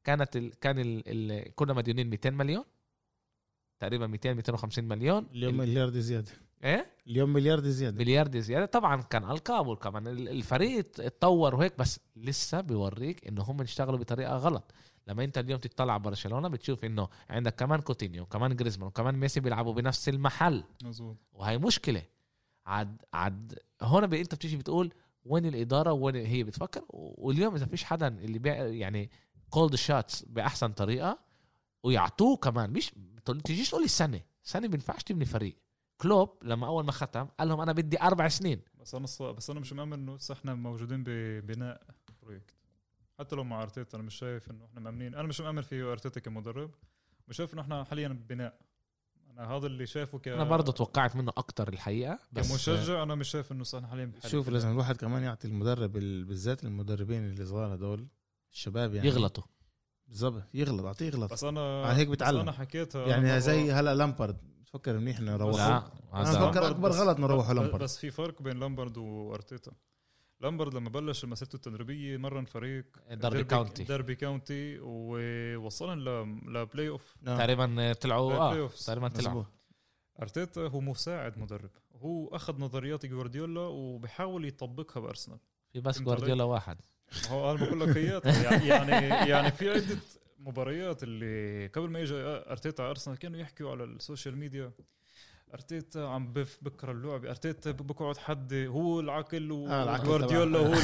Speaker 1: كنا مديونين 200 مليون تقريبا، 250 مليون.
Speaker 3: اليوم مليار زياده.
Speaker 1: ايه
Speaker 3: اليوم مليار زياده. طبعا كان القاب كمان الفريق اتطور وهيك، بس لسه بيوريك انه هم اشتغلوا بطريقه غلط. لما انت اليوم تطلع برشلونه بتشوف انه عندك كمان كوتينيو وكمان جريزمان وكمان ميسي بيلعبوا بنفس المحل.
Speaker 2: مزبوط.
Speaker 1: وهي مشكله عد هون انت بتيجي بتقول وين الاداره وين هي بتفكر. واليوم اذا فيش حدا اللي يعني كولد شاتس باحسن طريقه ويعطوه كمان، مش تجيش تقول لي سنه بينفعش تبني فريق. كلوب لما اول ما ختم قال لهم انا بدي 4 سنين.
Speaker 2: بس انا مش مؤمن انه احنا موجودين ببناء بروجكت. حتى لو مع ارتيتا انا مش شايف انه احنا مأمنين. انا مش مؤمن في ارتيتا كمدرب، مش شايف انه احنا حاليا ببناء. انا هذا اللي شايفه
Speaker 1: انا برضه توقعت منه اكتر الحقيقه، بس
Speaker 2: كمشجع انا مش شايف انه احنا حاليا
Speaker 3: شوف لازم الواحد كمان يعطي المدرب بالذات المدربين اللي صغار هدول الشباب يعني
Speaker 1: يغلطوا
Speaker 3: بالضبط، اعطيه يغلط.
Speaker 2: بس انا
Speaker 3: على هيك بتعلم.
Speaker 2: انا حكيتها
Speaker 3: يعني زي هلا لامبارد بتفكر منيح نروح.
Speaker 1: لا
Speaker 3: انا بفكر اكبر غلط نروح لامبارد.
Speaker 2: بس في فرق بين لامبارد وارتيتا. لامبارد لما بلش مسيرته التدريبيه مرن فريق ديربي كاونتي ووصلن لبلاي اوف
Speaker 1: تقريبا طلعوا ارتيتا
Speaker 2: هو مساعد مدرب، هو اخذ نظريات جوارديولا وبيحاول يطبقها بارسنال.
Speaker 1: في بس جوارديولا واحد
Speaker 2: هو انا بقول لك يعني في عده مباريات اللي قبل ما يجي ارتيتا على ارسنال كانوا يحكوا على السوشيال ميديا ارتيتا عم بكره اللعب، ارتيتا بقعد حد هو العقل وجوارديولا هو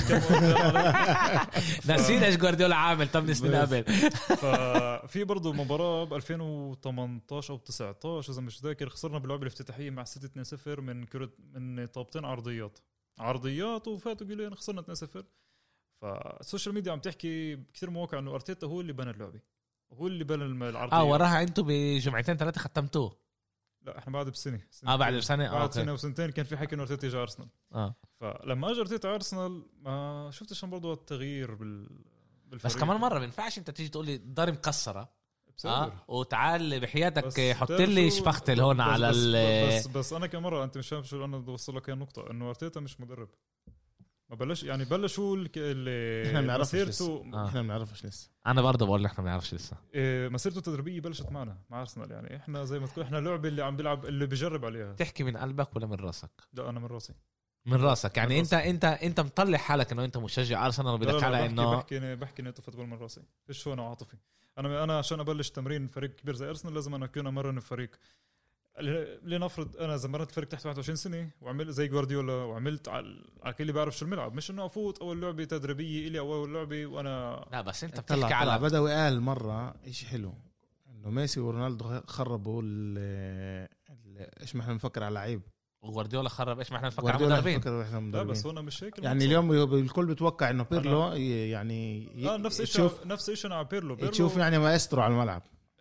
Speaker 1: ناسين ايش جوارديولا عامل 8 سنين قبل.
Speaker 2: ففي برضه مباراه ب 2018 او 19 اذا مش ذاكر، خسرنا باللعبه الافتتاحيه مع سيتي 2-0 من طابتين عرضيات وفاتوا جولين، خسرنا 2-0. فالسوشيال ميديا عم تحكي كثير مواقع انه ارتيتا هو اللي بنى اللعبه، هو اللي بنى العرضيه.
Speaker 1: وراها انتم بجمعتين 3 ختمتوه.
Speaker 2: لا احنا بعد بسنه
Speaker 1: بعد سنه
Speaker 2: بعد سنه وسنتين كان في حكي انه ارتيتا يجي ارسنال. فلما اجى ارتيتا ارسنال ما شفتش برضه التغيير بالفريق.
Speaker 1: بس كمان مره ما ينفعش انت تيجي تقول لي ضارب مكسره وتعال بحياتك حط لي شفختل هون على
Speaker 2: بس انا كمره انت مش فاهم شو انا بدي اوصل لك النقطه انه ارتيتا مش مدرب. ما بلش هو اللي
Speaker 3: احنا ما بنعرفش لسه.
Speaker 1: انا برضه بقول احنا ما بنعرفش لسه.
Speaker 2: مسيرته التدريبيه بلشت معنا مع ارسنال، يعني احنا زي ما تقول احنا لعبه اللي عم بيلعب اللي بيجرب عليها.
Speaker 1: تحكي من قلبك ولا من راسك؟
Speaker 2: لا انا من راسي.
Speaker 1: من راسك يعني من انت مطلع حالك انه انت مشجع ارسنال وبدك على انه
Speaker 2: بحكي نيته فتقول من راسي. ايش هو انا عاطفي. انا عشان ابلش تمرين فريق كبير زي ارسنال لازم انا اكون امرن الفريق. لنفرض انا زمرت الفريق تحت 21 سنه وعملت زي جوارديولا وعملت على كل اللي بعرف شو الملعب، مش انه افوت اول لعبه تدريبيه الي اول لعبه وانا
Speaker 1: لا. بس انت بتحكي على
Speaker 3: بدوي قال مره شيء حلو انه ميسي ورونالدو خربوا ايش ما احنا بنفكر على لعيب،
Speaker 1: وجوارديولا خرب ايش ما احنا نفكر على مدربين.
Speaker 2: لا بس هنا مش هيك
Speaker 3: يعني اليوم الكل بتوقع انه بيرلو يعني
Speaker 2: نفس الشيء انا على بيرلو
Speaker 3: تشوف يعني مايسترو على الملعب.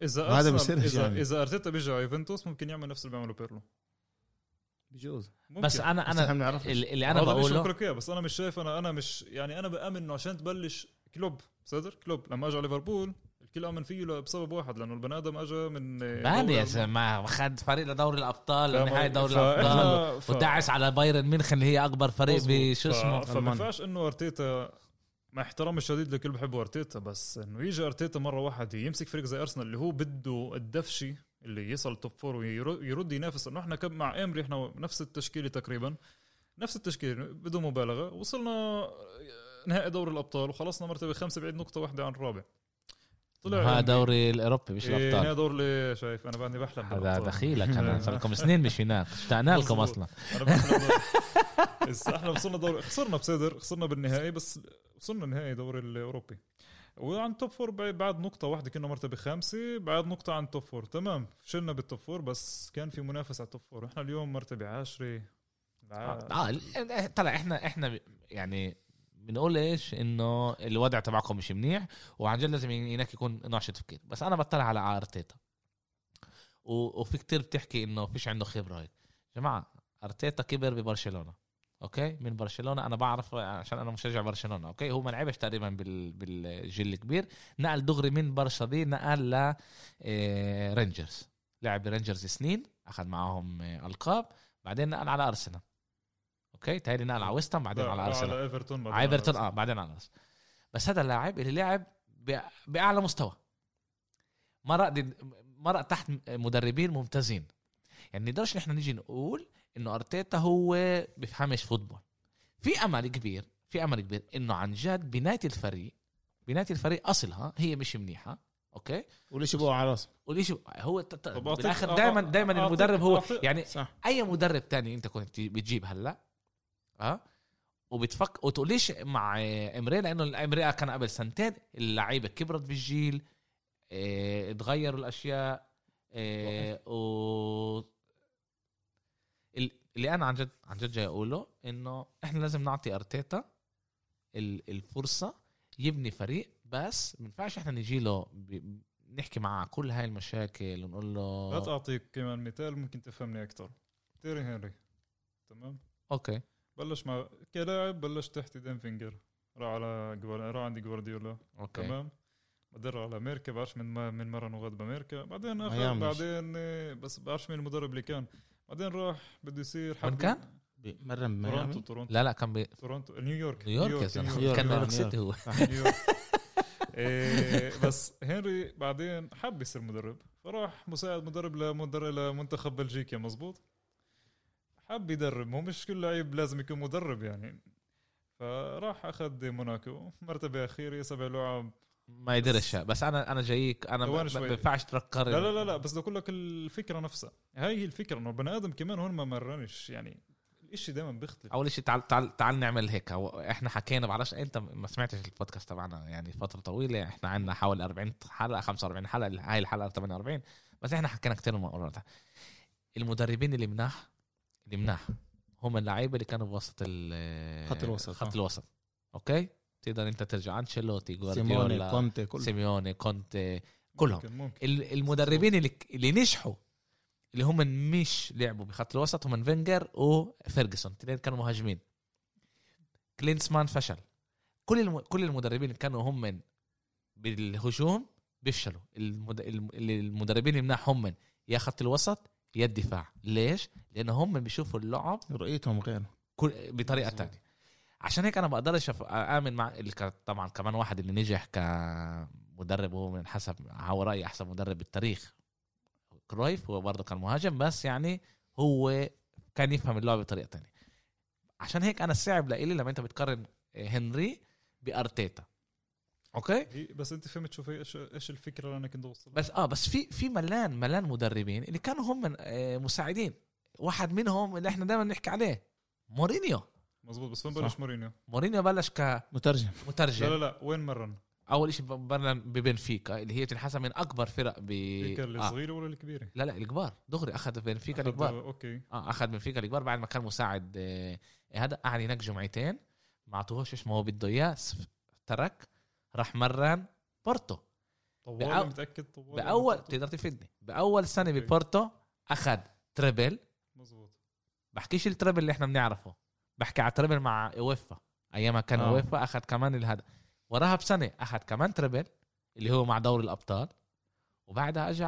Speaker 2: اذا
Speaker 4: هذا
Speaker 2: أرسنال
Speaker 4: بصير يعني.
Speaker 2: اذا ارتيتا بيجي على يوفنتوس ممكن يعمل نفس اللي بيعمله بيرلو
Speaker 4: بجوز.
Speaker 2: ممكن.
Speaker 3: بس انا
Speaker 4: بنعرفش.
Speaker 3: اللي انا
Speaker 2: هذا مش
Speaker 3: بقوله
Speaker 2: بقولك إياه، بس انا مش شايف انا مش يعني انا بامن انه عشان تبلش كلوب صدر كلوب لما اجى على ليفربول الكل امن فيه بسبب واحد لانه البني ادم اجى من
Speaker 3: باني يا زلمه خد فريق لدوري الابطال لنهايه دوري الابطال ودعس على بايرن ميونخ اللي هي اكبر فريق بشو اسمه.
Speaker 2: فما ينفعش انه ارتيتا مع احترامي الشديد لكل بحبه ارتيتا، بس انه يجي ارتيتا مره واحده يمسك فريق زي ارسنال اللي هو بده الدفشي اللي يصل توب فور ويرد ينافس. انه احنا مع امري احنا نفس التشكيله تقريبا نفس التشكيله بدون مبالغه، وصلنا نهائي دوري الابطال وخلصنا مرتبه 5 بعيد نقطه واحده عن الرابع.
Speaker 3: طلع دوري الاوروبي مش الابطال.
Speaker 2: نهائي دور اللي شايف انا بعدني بحلم
Speaker 3: هذا دخيلك انا صار لكم سنين مش هناك اشتقنا لكم اصلا.
Speaker 2: انا بحلم احنا وصلنا دوري خسرنا بصدر خسرنا بالنهائي بس وصلنا نهائي دوري الاوروبي وعن توب فور بعد نقطة واحدة كنا مرتبة 5 بعد نقطة عن توب فور. تمام شلنا بالتوب فور بس كان في منافسة على التوب فور. احنا اليوم مرتبة 10.
Speaker 3: طلع احنا يعني بنقول ايش انه الوضع تبعكم مش منيح وعن جد لازم هناك يكون ناشط تفكير. بس انا بطلع على ارتيتا وفي كتير بتحكي انه فيش عنده خبرة هيك. جماعة ارتيتا كبر ببرشلونة اوكي من برشلونة انا بعرف عشان انا مشجع برشلونة اوكي. هو ما لعبش تقريبا بالجيل الكبير نقل دغري من برشا دي نقل ل رينجرز لعب برينجرز سنين اخذ معهم القاب بعدين نقل على ارسنال اوكي تاني نقل على ويستام بعدين على ارسنال
Speaker 2: على ايفرتون
Speaker 3: بعدين على ارسنال. بس هذا اللاعب اللي لعب باعلى مستوى مرق تحت مدربين ممتازين. يعني نقدرش نحن نيجي نقول انه ارتيتا هو بفهمش فوتبول. في امل كبير انه عن جد بنايه الفريق اصلها هي مش منيحه اوكي
Speaker 4: وليش بقوا على راسه
Speaker 3: وليش هو بالاخر دائما المدرب هو يعني
Speaker 4: صح.
Speaker 3: اي مدرب تاني انت كنت بتجيب هلا وبتفكر وتقوليش مع امري لانه الامريكا كان قبل سنتين اللعيبه كبرت بالجيل اتغيروا الاشياء و اللي انا عن جد جاي اقوله انه احنا لازم نعطي ارتيتا الفرصه يبني فريق. بس ما ينفعش احنا نجي له نحكي معه كل هاي المشاكل ونقول له.
Speaker 2: لا تعطيك كمان مثال ممكن تفهمني اكثر. تيري هنري تمام
Speaker 3: اوكي
Speaker 2: بلش مع كلاعب بلش تحت دين فينجر راح عندي جوارديولا
Speaker 3: اوكي
Speaker 2: تمام بدر على امريكا بعرفش من مره نغاد بامريكا بعدين بس بعرفش مين المدرب اللي كان بعدين راح بده يصير
Speaker 3: وين كان
Speaker 4: مرة
Speaker 2: تورونتو
Speaker 3: لا كان
Speaker 2: تورونتو نيويورك
Speaker 3: يا زلمه كان نيويورك سيتي هو
Speaker 2: بس هنري بعدين حب يصير مدرب فراح مساعد مدرب لمنتخب بلجيكا مزبوط حب يدرب. هو مش كل لعيب لازم يكون مدرب يعني. فراح اخذ موناكو مرتبه اخيره 7 لعب
Speaker 3: ما يدرش. بس انا جايك انا ما بينفعش تركر.
Speaker 2: لا بس بدي اقول لك الفكره نفسها هي الفكره انه بني ادم كمان هون ما مرنش يعني الاشي دائما بيختلف.
Speaker 3: اول شيء تعال نعمل هيك. احنا حكينا بعرفش انت ما سمعتش البودكاست تبعنا يعني فتره طويله احنا عندنا حوالي 40 حلقه 45 حلقه هاي الحلقه 48 بس احنا حكينا كتير مرات. المدربين اللي مناح هم اللعيبه اللي كانوا بوسط خط الوسط اوكي. تقدر انت ترجع انشيلوتي جوارديولا سيميوني كونتي كلهم ممكن. المدربين اللي نجحوا اللي هم مش لعبوا بخط الوسط هم فينجر وفيرغسون الاثنين كانوا مهاجمين. كلينسمان فشل. كل المدربين كانوا هم بالهجوم بيفشلوا. المدربين المناح هم يا خط الوسط يا الدفاع. ليش؟ لأنه هم بيشوفوا اللعب
Speaker 4: رؤيتهم غير
Speaker 3: بطريقة تانية. عشان هيك أنا بقدرش آمن مع طبعا كمان واحد اللي نجح كمدرب هو من حسب هو رأيي أحسن مدرب بالتاريخ كرويف. هو برضه كان مهاجم بس يعني هو كان يفهم اللعب بطريقة تانية. عشان هيك أنا صعب لإلي لما أنت بتقارن هنري بأرتيتا اوكي.
Speaker 2: بس انت فهمت شوف ايش الفكره اللي انا كنت اوصل
Speaker 3: بس في ملان مدربين اللي كانوا هم مساعدين. واحد منهم اللي احنا دائما نحكي عليه مورينيو
Speaker 2: مزبوط. بس وين بلش
Speaker 3: مورينيو بلش كمترجم
Speaker 2: لا وين مرن
Speaker 3: اول شيء برنا ببنفيكا اللي هي تنحسب من اكبر فرق
Speaker 2: الصغيره ولا الكبيره؟
Speaker 3: لا الكبار دغري اخذ بنفيكا الكبار
Speaker 2: اوكي
Speaker 3: اخذ بنفيكا الكبار بعد ما كان مساعد هذا قاعد هناك جمعتين ما عطوهوش ايش ما هو بده اياه ترك راح مرن بورتو
Speaker 2: طوال متاكد طوال
Speaker 3: باول تقدر تفيدني باول سنه ببورتو اخذ تريبل.
Speaker 2: مزبوط.
Speaker 3: بحكيش التريبل اللي احنا بنعرفه، بحكي على تريبل مع اويفا ايامها كان اويفا اخذ كمان الهذا. وراها بسنه اخذ كمان تريبل اللي هو مع دوري الابطال، وبعدها اجى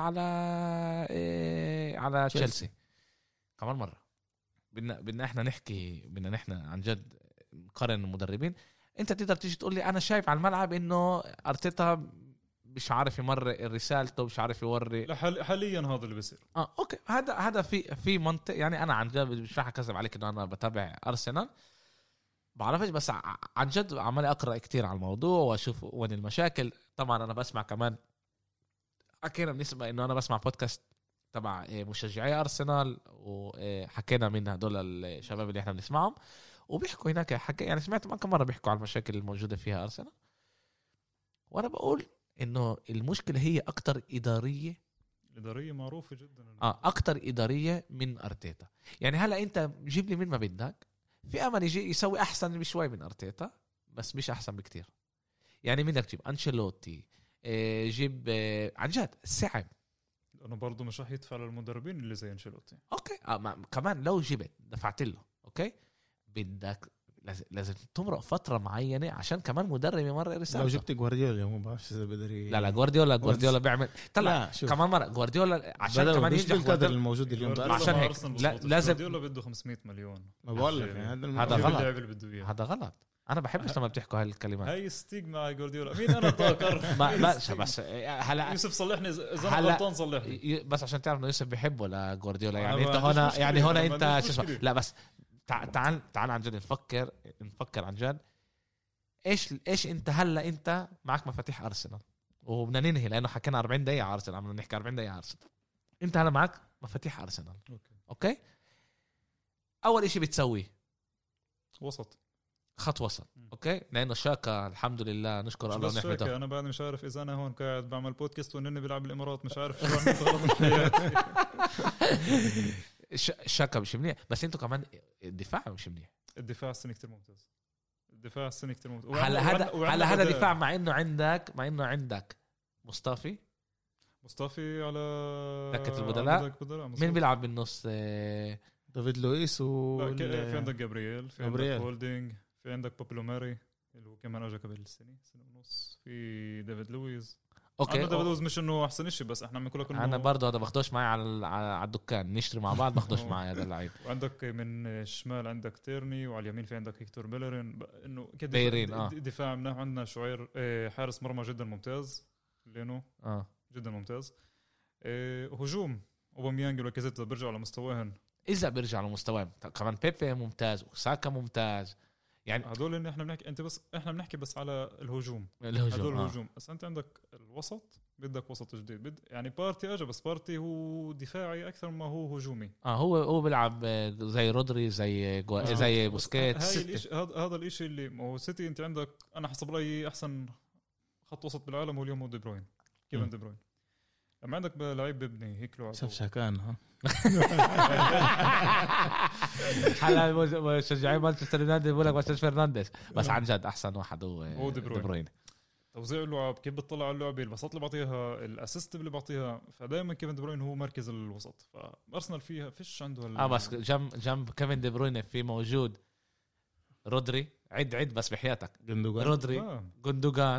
Speaker 3: على تشيلسي كمان مره. بدنا احنا نحكي، بدنا احنا عن جد نقارن المدربين. انت تقدر تيجي تقول لي انا شايف على الملعب انه ارتيتا مش عارف يمرر رسالته، مش عارف يوري.
Speaker 2: لا حاليا هذا اللي بيصير.
Speaker 3: اوكي، هذا في منطق. يعني انا عن جد مش راح اكذب عليك انه انا بتابع ارسنال، بعرفش، بس عن جد عمال اقرا كتير على الموضوع واشوف وين المشاكل. طبعا انا بسمع كمان حكينا بالنسبه انه انا بسمع بودكاست تبع مشجعي ارسنال، وحكينا من هدول الشباب اللي احنا بنسمعهم وبيحكوا هناك. يعني سمعت كم مره بيحكوا على المشاكل الموجوده فيها ارسنال، وانا بقول انه المشكله هي اكتر اداريه
Speaker 2: معروفه جدا.
Speaker 3: اكتر اداريه من ارتيتا. يعني هلا انت جيب لي من ما بدك، في امل يجي يسوي احسن بشوي من ارتيتا، بس مش احسن بكتير. يعني بدك تجيب انشيلوتي، جيب عن جد صعب.
Speaker 2: انا برضو مش راح يدفع للمدربين اللي زي انشيلوتي.
Speaker 3: اوكي كمان لو جبت دفعت له، اوكي بدك لازم تمرق فتره معينه عشان كمان مدرب يمرق رسالته.
Speaker 4: لو جبت جوارديولا ما بعرفش اذا بقدر
Speaker 3: لا جوارديولا بيعمل طلع كمان مره. جوارديولا عشان كمان ينجح
Speaker 4: بالقدر الموجود اليوم
Speaker 3: عشان هيك لازم
Speaker 2: جوارديولا بده 500 مليون.
Speaker 4: ما بقول لك
Speaker 3: هذا غلط. هذا غلط. انا بحبش لما بتحكوا هاي الكلمات.
Speaker 2: هاي ستيغما جوارديولا. مين انا طاقر
Speaker 3: بس هلا
Speaker 2: يوسف صلحني اذا انا غلطان صلحني.
Speaker 3: بس عشان تعرف انه يوسف بيحبه لجوارديولا. يعني انت هنا يعني هنا انت شو اسمه. لا بس تعال عن جد نفكر عن جد. ايش انت هلا انت معك مفاتيح ارسنال وبدنا ننهي لانه حكينا 40 دقيقه على ارسنال، عم نحكي 40 دقيقه على ارسنال. انت هلا معك مفاتيح ارسنال. اوكي اول اشي بتسويه
Speaker 2: وسط،
Speaker 3: خط وسط. اوكي لانه شاكا الحمد لله نشكر الله ونحمده.
Speaker 2: انا بعد مش عارف اذا انا هون قاعد بعمل بودكاست وانني بلعب بالامارات، مش عارف شو عملت غلط بحياتي.
Speaker 3: شاكا مش منيح، بس انتوا كمان الدفاع مش منيح.
Speaker 2: الدفاع السنه كتير ممتاز.
Speaker 3: على هذا دفاع مع انه عندك مصطفى
Speaker 2: على
Speaker 3: دكة البدلاء. مين بيلعب بالنص؟
Speaker 4: دافيد لويس
Speaker 2: في عندك جابرييل، في عندك هولدينج، في عندك بابلو ماري اللي هو كمان اجى قبل سنه ونص، في دافيد لويس.
Speaker 3: اوكي
Speaker 2: دافيد لويس مش انه احسن شيء، بس احنا بنقول لك
Speaker 3: انا برضه هذا باخدوش معي على الدكان نشتري مع بعض، باخدوش معي هذا اللعيب.
Speaker 2: وعندك من الشمال عندك تيرني، وعلى اليمين في عندك هيكتور بيلرين. انه دفاع منه. عندنا شعير حارس مرمى جدا ممتاز لينو جدا ممتاز. هجوم اوباميانج ولاكازيت بيرجعوا على مستواهم،
Speaker 3: اذا بيرجع على مستواهم. كمان بيبي ممتاز وساكا ممتاز. يعني
Speaker 2: هذول اللي احنا بنحكي، انت بس احنا بنحكي بس على الهجوم. هذول الهجوم. بس انت عندك الوسط، بدك وسط جديد. يعني بارتي اجى، بس بارتي هو دفاعي اكثر ما هو هجومي.
Speaker 3: هو بيلعب زي رودري زي بوسكيت.
Speaker 2: هذا الاشي اللي هو سيتي. انت عندك انا حسب رايي احسن خط وسط بالعالم هو اليوم هو دي بروين، كيفن دي بروين. لما عندك لعيب ببني هيك له
Speaker 4: شاف شاكان
Speaker 3: حلا مشجعين مانشستر يونايتد بيقول لك ماتياس فرنانديز، بس عن جد احسن واحد هو دي بروين. توزيع
Speaker 2: اللعب، كيف بتطلع على اللعبه، البساط اللي بعطيها، الاسيست اللي بعطيها. فدائما كيفن دي بروين هو مركز الوسط. فارسنال فيها فيش عنده
Speaker 3: بس جنب كيفن دي بروين في موجود رودري. عد بس بحياتك. رودري جوندوغان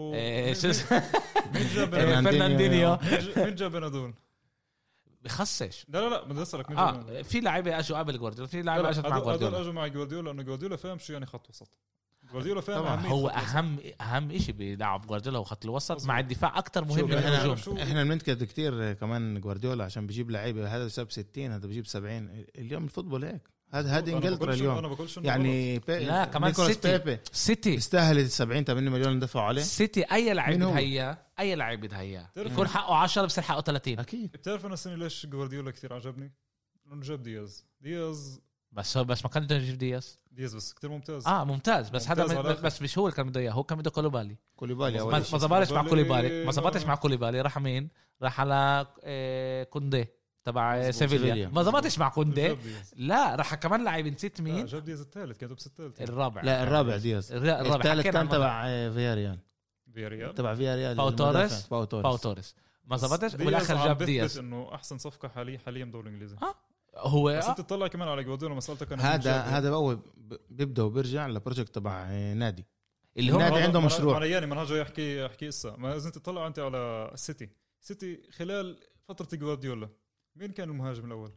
Speaker 3: فرناندينيو.
Speaker 2: مين جاب هذول؟
Speaker 3: بخصش.
Speaker 2: لا بدي اسالك
Speaker 3: في لاعيبه اجوا قبل جوارديولا، في لاعيبه اجت مع جوارديولا.
Speaker 2: اجوا مع جوارديولا لانه جوارديولا فاهم شو يعني خط وسط. جوارديولا فاهم
Speaker 3: هو اهم شيء بيلعب جوارديولا هو خط الوسط مع الدفاع اكثر مهم من الهجوم.
Speaker 4: احنا بننتقد كتير كمان جوارديولا عشان بيجيب لعيبه، هذا بسبب 60 هذا بيجيب 70. اليوم الفوتبول هيك، هذه انجلترا اليوم.
Speaker 3: يعني لا كمان سيتي
Speaker 4: استاهل 70-80 مليون ندفعوا عليه.
Speaker 3: سيتي اي لاعب بدها يكون حقه 10 بصير حقه 30
Speaker 4: اكيد.
Speaker 2: بتعرف انا السنه ليش جوارديولا كثير عجبني؟ لانه جاب دياز
Speaker 3: بس ما كان بده يجيب دياز
Speaker 2: بس كتير ممتاز.
Speaker 3: ممتاز بس هذا بس مش هو اللي كان بده اياه. هو كان بده كوليبالي ما زبطش مع كوليبالي. راح مين؟ راح على كوندي تبع سيفيليا. ما زبطش مع كوندي. لا راح كمان لاعب نسيت مين.
Speaker 2: جاب دياز الثالث، كان بس الثالث
Speaker 3: الرابع.
Speaker 4: لا الرابع دياز. الثالث كان تبع فياريال.
Speaker 2: فياريال
Speaker 4: تبع فيا ريال
Speaker 3: باو توريس.
Speaker 4: باو
Speaker 3: توريس ما زبطش
Speaker 2: دياز
Speaker 3: بالاخر
Speaker 2: عم
Speaker 3: جاب
Speaker 2: بثبت
Speaker 3: دياز.
Speaker 2: انه احسن صفقه حاليا بدوري الانجليزي.
Speaker 3: هو
Speaker 2: بس انت تطلع كمان على جوارديولا مسألتك انا
Speaker 4: هذا هو بيبدا وبيرجع لبروجكت تبع نادي
Speaker 3: اللي هو
Speaker 4: النادي عنده مشروع.
Speaker 2: انا يعني ما جاي احكي اسا ما اذا انت تطلع انت على سيتي خلال فتره جوارديولا مين كان المهاجم الاول؟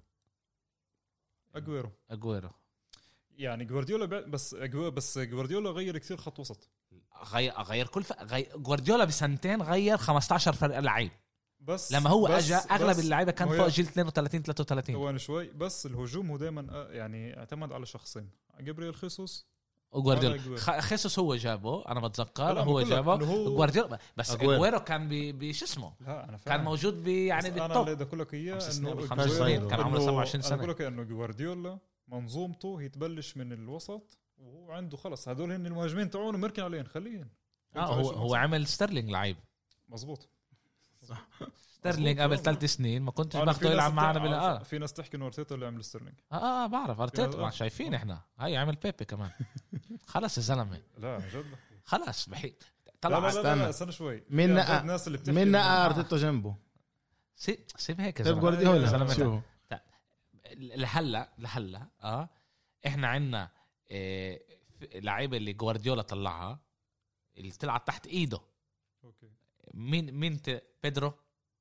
Speaker 2: اجويرو. يعني جوارديولا بس جوارديولا غير كثير خط وسط.
Speaker 3: غير جوارديولا بسنتين غير 15 فرق لعيب.
Speaker 2: بس
Speaker 3: لما هو اجى اغلب اللعيبه كان فوق جيل 32 33.
Speaker 2: ثواني شوي بس الهجوم هو دائما يعني اعتمد على شخصين جابرييل خيسوس
Speaker 3: وجوارديولا. خيسوس هو جابه انا بتذكر هو جابه جوارديولا بس اجويرو كان بش اسمه
Speaker 2: لا انا
Speaker 3: كان موجود يعني بالطب.
Speaker 2: انا اللي بدي لك اياه انه
Speaker 3: كان عمره 27 سنه.
Speaker 2: انا بقول لك انه جوارديولا منظومته هي تبلش من الوسط وهو عنده خلص هدول هن المهاجمين تاعونه مركن عليهم خليهم.
Speaker 3: هو عمل ستيرلينج لعيب
Speaker 2: مظبوط
Speaker 4: صح.
Speaker 3: ستيرلينج قبل 3 سنين ما كنتش باخده يلعب معنا بلا
Speaker 2: في ناس تحكي انه ارتيتا اللي عمل ستيرلينج.
Speaker 3: بعرف ارتيتا ما شايفين احنا هاي عمل بيبي كمان. خلص يا زلمه
Speaker 2: لا جد
Speaker 3: خلاص
Speaker 2: طلع لا استنى شوي
Speaker 4: من ارتيتا جنبه
Speaker 3: سيب هيك
Speaker 4: يا جوارديولا شو
Speaker 3: لهلا احنا عندنا لعيبه اللي جوارديولا طلعها اللي تلعب تحت ايده.
Speaker 2: اوكي
Speaker 3: مين بيدرو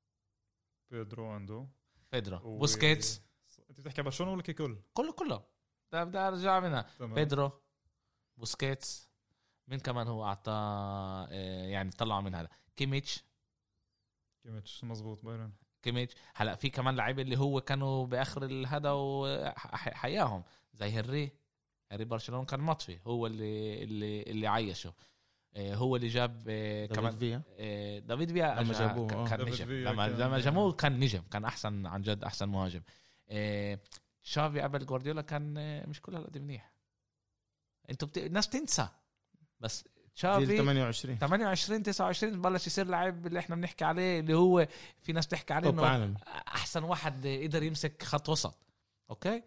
Speaker 2: عنده
Speaker 3: بوسكيتس.
Speaker 2: انت بتحكي برشلونه ولا كل
Speaker 3: كله ده بدي ارجع منها. بيدرو بوسكيتس مين كمان هو اعطى يعني طلعوا من هذا كيميتش
Speaker 2: مزبوط بايرن
Speaker 3: كيميتش. هلا في كمان لعيبه اللي هو كانوا باخر هذا وحياهم زي هنري برشلونه كان مطفي هو اللي عايشه. هو اللي جاب كمان دافيد فيا
Speaker 4: لما جابوه
Speaker 3: كان نجم لما جابوه كان نجم كان احسن عن جد احسن مهاجم. شافي قبل جوارديولا كان مش كل هالقد منيح. انتوا الناس تنسى بس شافي 28 29 بلش يصير لاعب اللي احنا بنحكي عليه اللي هو في ناس تحكي عليه انه احسن واحد قدر يمسك خط وسط. اوكي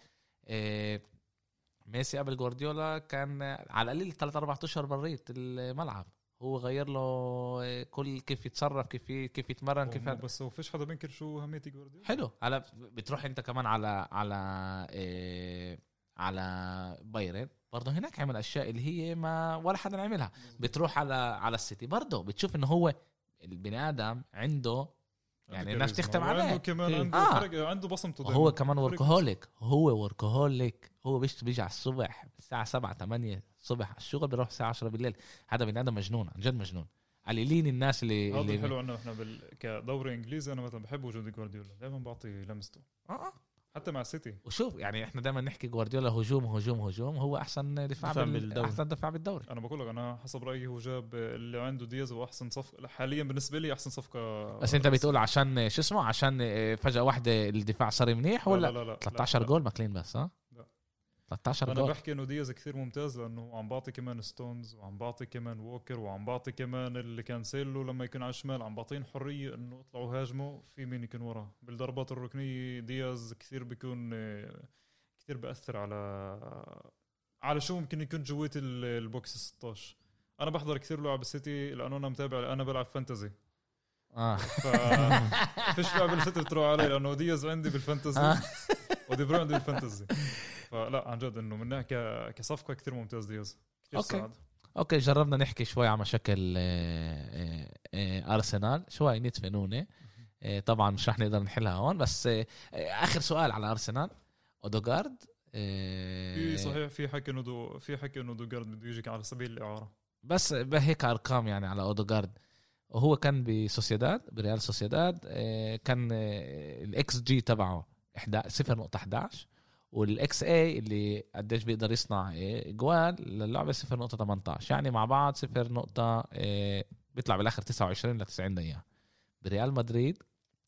Speaker 3: ميسي قبل جوارديولا كان على القليل 3-4 اشهر بريت الملعب. هو غير له كيف يتصرف كيف يتمرن كيف
Speaker 2: بس هو فيش حدا بينكر شو أهمية جوارديولا.
Speaker 3: حلو على بتروح انت كمان على بايرن برضه هناك عمل اشياء اللي هي ما ولا حدا عملها. بتروح على السيتي برضه بتشوف انه هو البني ادم عنده يعني الناس تختم عليه.
Speaker 2: عنده كمان عنده بصمته.
Speaker 3: هو كمان وركهوليك. هو بيجي على الصبح الساعة 7-8 الصبح على الشغل بيروح الساعة 10 بالليل. هذا بني آدم مجنون عن جد مجنون. قليلين الناس اللي
Speaker 2: حلو عنه. احنا كدوري انجليزي انا مثلا بحب وجود جوارديولا دائما بعطي لمسته حتى مع السيتي.
Speaker 3: وشوف يعني احنا دائما نحكي جوارديولا هجوم هو احسن دفاع بالدوري. احسن دفاع بالدوري.
Speaker 2: انا بقول لك انا حسب رايي هو جاب اللي عنده دياز واحسن صفقه حاليا بالنسبه لي احسن صفقه.
Speaker 3: بس انت بتقول عشان شو اسمه عشان فجاه واحده الدفاع صار منيح ولا
Speaker 2: لا
Speaker 3: 13 جول ماكلين بس 13
Speaker 2: أنا
Speaker 3: جول.
Speaker 2: بحكي إنه دياز كثير ممتاز لأنه عم بعطي كمان ستونز وعم بعطي كمان ووكر وعم بعطي كمان اللي كان سيلو لما يكون على الشمال عم بعطين حرية إنه يطلعوا هاجموا في مين يكون وراه بالضربات الركنية. دياز كثير بيكون كثير بأثر على شو ممكن يكون جوية البوكس 16. أنا بحضر كثير لعب السيتي لأنه أنا متابع أنا بلعب فانتزي. فيش لعب السيتي بتروح علي لأنه دياز عندي بالفانتزي ودي بروين عندي بالفانتزي. فلا عن جد انه منها كصفقه كثير ممتاز دياز كثير ساعد.
Speaker 3: اوكي جربنا نحكي شوي على مشاكل ارسنال شوي ندفنونه. طبعا مش رح نقدر نحلها هون بس اخر سؤال على ارسنال اودوغارد.
Speaker 2: صحيح في حكي انه اودوغارد بده يجي على سبيل الاعاره بس
Speaker 3: هيك ارقام يعني على اودوغارد. وهو كان بسوسيداد بريال سوسيداد كان الاكس جي تبعه 0.11 والاكس اي اللي قديش بيقدر يصنع جوال للعبه 0.18 يعني مع بعض 0. بيطلع بالاخر 29 ل 90 دقيقه. بريال مدريد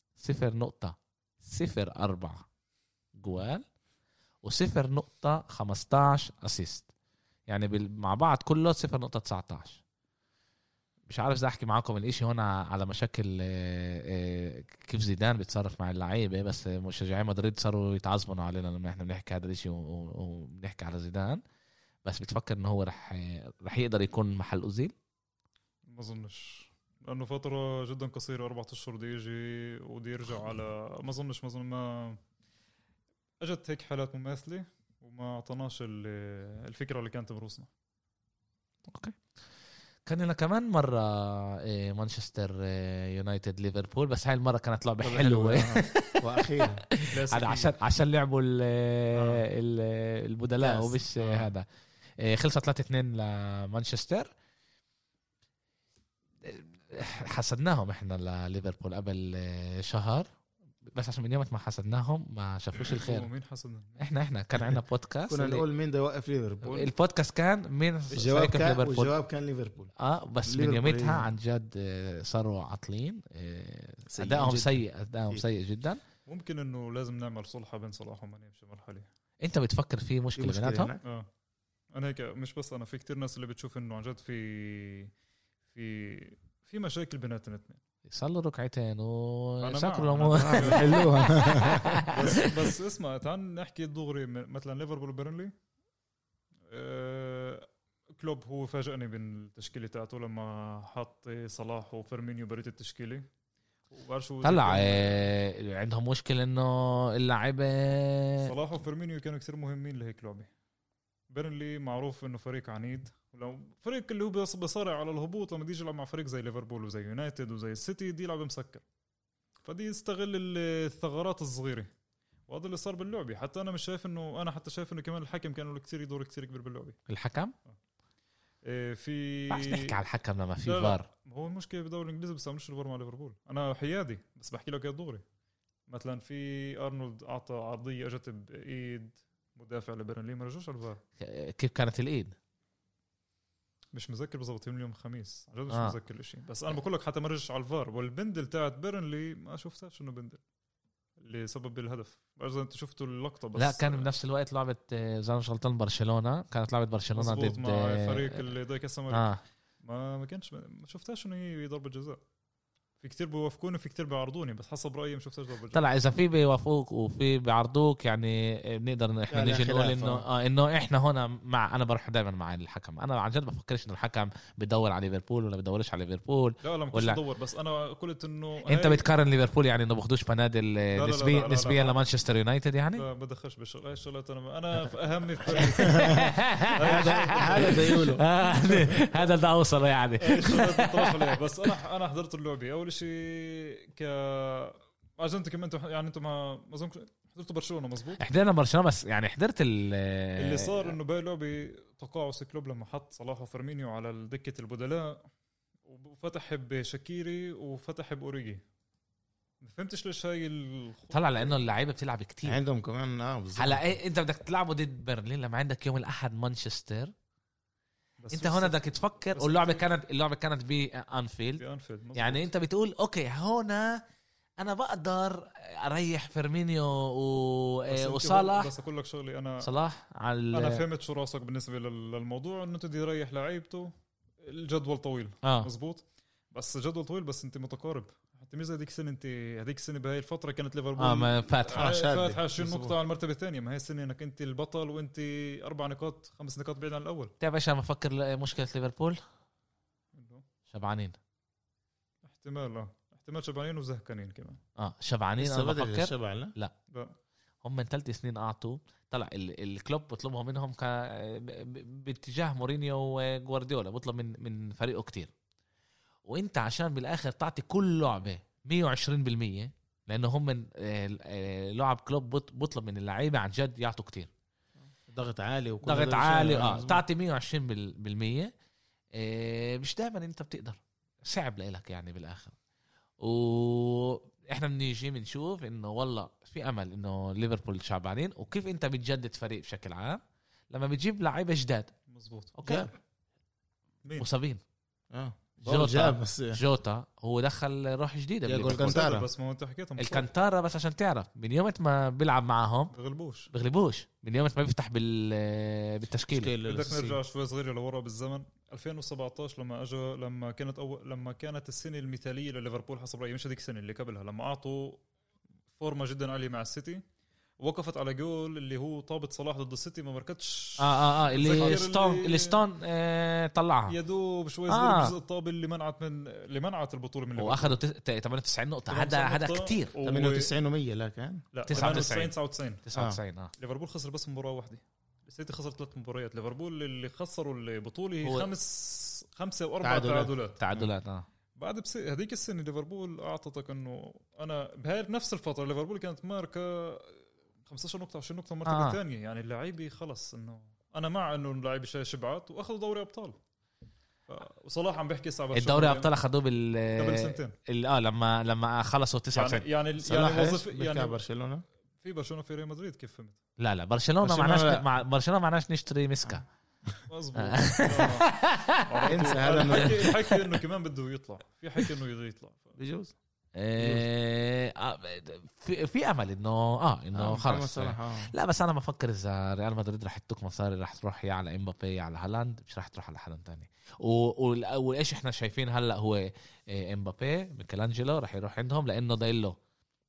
Speaker 3: 0.04 جوال و0.15 اسيست يعني مع بعض كله 0.19. مش عارف اذا احكي معاكم الاشي هنا على مشاكل كيف زيدان بيتصرف مع اللعيبه بس مشجعين مدريد صاروا يتعصبوا علينا لما احنا بنحكي هذا الاشي وبنحكي على زيدان. بس بتفكر انه هو رح يقدر يكون محل اوزيل؟
Speaker 2: ما اظنش لانه فتره جدا قصيره 4 اشهر بده يجي ودي يرجع على ما اظنش ما اجت هيك حالات مماثله وما اعطناش الفكره اللي كانت براسنا.
Speaker 3: اوكي كان لنا كمان مرة مانشستر يونايتد ليفربول بس هاي المرة كانت لعبة حلوة
Speaker 4: واخيرا
Speaker 3: هذا عشان لعبوا البدلاء ومش هذا خلصت 3-2 لمانشستر. حسدناهم احنا لليفربول قبل شهر بس عشان من يوم ما حسدناهم ما شافوش الخير.
Speaker 2: مين حسدنا؟
Speaker 3: احنا كان عندنا بودكاست
Speaker 4: كنا نقول مين ده يوقف ليفربول.
Speaker 3: البودكاست كان مين
Speaker 4: الجواب كان والجواب كان ليفربول.
Speaker 3: بس من يومتها عن جد صاروا عاطلين ادائهم سيء جدا.
Speaker 2: ممكن انه لازم نعمل صلحه بين صلاح وماني بشي مرحله.
Speaker 3: انت بتفكر في مشكله بيناتهم؟
Speaker 2: انا هيك مش بس انا في كتير ناس اللي بتشوف انه عن جد في مشاكل بيناتهم الاثنين.
Speaker 3: صار ركعتين
Speaker 2: وشكروا
Speaker 3: الامور
Speaker 4: حلوها.
Speaker 2: بس اسمع تعال نحكي دغري مثلا ليفربول وبيرنلي. كلوب هو فاجأني بالتشكيله تاعته لما حط صلاح وفيرمينيو بريت التشكيله
Speaker 3: طلع عندهم مشكله انه اللاعب
Speaker 2: صلاح وفيرمينيو كانوا كثير مهمين لهيك لعبه. بيرنلي معروف انه فريق عنيد ولو فريق اللي هو بصارع على الهبوط لما يجي يلعب مع فريق زي ليفربول وزي يونايتد وزي السيتي دي يلعب مسكر فدي يستغل الثغرات الصغيره وهذا اللي صار باللعبه. حتى انا مش شايف انه انا حتى شايف انه كمان الحكم كان له كثير دور كثير كبير باللعبه.
Speaker 3: الحكم
Speaker 2: في
Speaker 3: بس نحكي على الحكم لما في فار.
Speaker 2: هو المشكله بالدوري الانجليزي بس عملش الفار مع ليفربول. انا حيادي بس بحكي لك يا دغري مثلا في ارنولد اعطى عرضيه اجت بايد مدافع لبيرنلي ما رجوش على الفار.
Speaker 3: كيف كانت الايد؟
Speaker 2: مش مذكر بالضبط يوم الخميس عجب مش مذكر الشيء بس انا بقول لك حتى ما رجعش على الفار. والبندل تاعت بيرنلي ما شفتهاش انه بندل اللي سبب الهدف. اذا انت شفتوا اللقطه بس
Speaker 3: لا كان بنفس الوقت لعبه زي مش غلطان برشلونه كانت لعبه برشلونه ضد
Speaker 2: مع فريق اللي ضايق السمر ما كانش ما شفتهاش انه هي ضربه جزاء. في كتير بيوافقوني في كتير بيعرضوني بس حسب رايي ما شفتهاش ضربه جزاء.
Speaker 3: طلع اذا في بيوافقوك وفي بيعرضوك يعني بنقدر احنا نيجي نقول انه انه احنا هنا مع انا بروح دائما مع الحكم. انا عن جد بفكرش انه الحكم بدور على ليفربول ولا بدورش على ليفربول.
Speaker 2: لا ما كنتش بدور بس انا قلت انه
Speaker 3: انت بتقارن ليفربول يعني انه باخدوش بنادل نسبيا لمانشستر يونايتد يعني.
Speaker 2: لا بدخلش بالشغل هاي الشغلات انا اهم
Speaker 4: هذا بيقولوا
Speaker 3: هذا ده اوصل يعني
Speaker 2: بس انا حضرت اللعبه اول شيء عشان كمان يعني انتم ما اظن حضرتوا برشلونه مزبوط.
Speaker 3: حضرنا برشلونه بس يعني حضرت اللي
Speaker 2: صار انه باقي لعبه تقاعس كلوب لما حط صلاح وفيرمينيو على دكه البدلاء وفتح بشاكيري وفتح بأوريجي. ما فهمتش ليش هاي
Speaker 3: طلع لانه اللعيبه بتلعب كتير
Speaker 4: عندهم كمان بالظبط.
Speaker 3: هلا انت بدك تلعبوا ضد برلين لما عندك يوم الاحد مانشستر انت هنا بدك تفكر اللعبه كانت بانفيلد يعني انت بتقول اوكي هنا انا بقدر اريح فيرمينيو وصلاح.
Speaker 2: بس اقول لك شغلي انا
Speaker 3: صلاح
Speaker 2: انا فهمت شو راسك بالنسبه للموضوع انه تدي يريح لعيبته. الجدول طويل مزبوط بس جدول طويل بس انت متقارب. حتى ميزه هذيك السنه انت هذيك السنه بهاي الفتره كانت ليفربول
Speaker 3: ما فاتحه
Speaker 2: 20 نقطه على المرتبه الثانيه. ما هي السنه انك انت البطل وانت 4 نقاط 5 نقاط بعيد عن الاول.
Speaker 3: تعرف ايش انا بفكر مشكله ليفربول شبعانين
Speaker 2: احتمال شبعانين وزهقانين كمان.
Speaker 3: شبعانين انا بفكر
Speaker 4: شبع
Speaker 3: لا هم من 3 سنين اعطوا طلع الكلوب بطلبهم منهم باتجاه مورينيو وغوارديولا بطلب من فريقه كتير. وانت عشان بالاخر تعطي كل لعبه 120% لانه هم من لعب كلوب بطلب من اللعيبه عن جد يعطوا كتير
Speaker 4: ضغط عالي
Speaker 3: تعطي 120% مش دائما انت بتقدر صعب لك يعني بالاخر. واحنا بنيجي بنشوف انه والله في امل انه ليفربول شعبانين. وكيف انت بتجدد فريق بشكل عام لما بتجيب لعيبه جداد
Speaker 2: مزبوط
Speaker 3: اوكي مصابين جوتا هو دخل روح جديده
Speaker 4: بالكانتارا
Speaker 2: بس ما انت حكيتهم
Speaker 3: الكانتارا بس عشان تعرف من يوم ما بيلعب معهم بغلبوش من يوم ما بيفتح بالتشكيل.
Speaker 2: بدك نرجع شوي صغير لورا بالزمن 2017 لما كانت السنه المثاليه لليفربول حسب رايي مش هذيك السنه اللي قبلها لما اعطوا فورمه جدا عاليه مع السيتي. وقفت على جول اللي هو طابت صلاح ضد السيتي ما مركتش
Speaker 3: اللي ستون طلعها
Speaker 2: يدوب شوي صغير جزء الطابة اللي منعت البطولة من
Speaker 3: واخذوا 98 نقطة. هذا كتير.
Speaker 4: 98 و100 لا كان
Speaker 2: لا 99 ليفربول خسر بس مباراة واحدة. السيتي خسر 3 مباريات. ليفربول اللي خسروا البطولة هي 5 أو 4 تعادلات. بعد هذيك السنة ليفربول أعطتك إنه أنا بهاي نفس الفترة ليفربول كانت ماركة 15 نقطة 20 نقطة مرتبة ثانية. يعني اللاعبي خلص إنه أنا مع إنه اللاعبي شبعات وأخذوا دوري أبطال. وصلاح عم بحكي صعب
Speaker 3: الدوري أبطال أخذوه
Speaker 2: قبل سنتين
Speaker 3: لما خلصوا 99
Speaker 2: يعني
Speaker 4: برشلونة
Speaker 2: في برشلونة في ريال مدريد كيف فهمت؟
Speaker 3: لا برشلونة معناش نشتري مسكة.
Speaker 2: مظبوط.
Speaker 4: انسى هذا
Speaker 2: الحكي انه كمان بده يطلع. في حكي انه يطلع
Speaker 4: بجوز.
Speaker 3: في امل انه خلص. لا بس انا بفكر اذا ريال مدريد راح تترك مصاري راح تروح يا على امبابي يا على هالاند، مش راح تروح على حدا تاني. وايش احنا شايفين هلا هو امبابي ميكالانجيلو راح يروح عندهم لانه ضايل له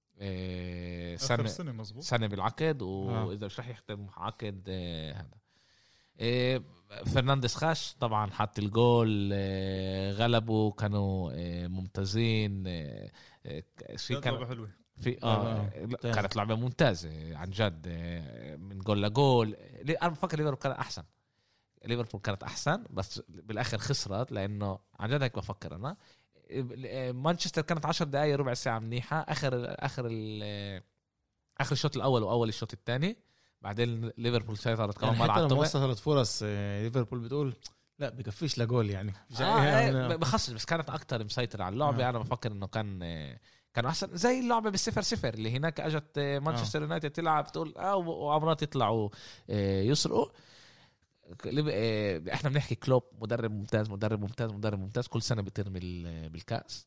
Speaker 3: سنة بالعقد، واذا مش راح يختم عقد هذا. فرنانديز خاش طبعا، حط الجول، غلبوا، كانوا ممتازين.
Speaker 2: شيء كان حلوة
Speaker 3: في كانت لعبة ممتازة عن جد، من جول لجول. انا بفكر ليفربول كانت احسن، ليفربول كانت احسن بس بالاخر خسرت، لانه عن جد هيك بفكر انا. مانشستر كانت 10 دقائق ربع ساعة منيحة، اخر الشوط الاول واول الشوط الثاني، بعدين ليفربول سيطرت كمان
Speaker 4: يعني
Speaker 3: مرة.
Speaker 4: حتى لما وصلت فرص ليفربول بتقول لا بكفيش لجول يعني
Speaker 3: بخصص، بس كانت اكتر مسيطرة على اللعبة. انا بفكر انه كانوا احسن، زي اللعبة بال0-0 اللي هناك اجت مانشستر يونايتد تلعب تقول وعمرات يطلعوا يسرقوا. احنا بنحكي كلوب مدرب ممتاز، كل سنة بترمي بالكأس،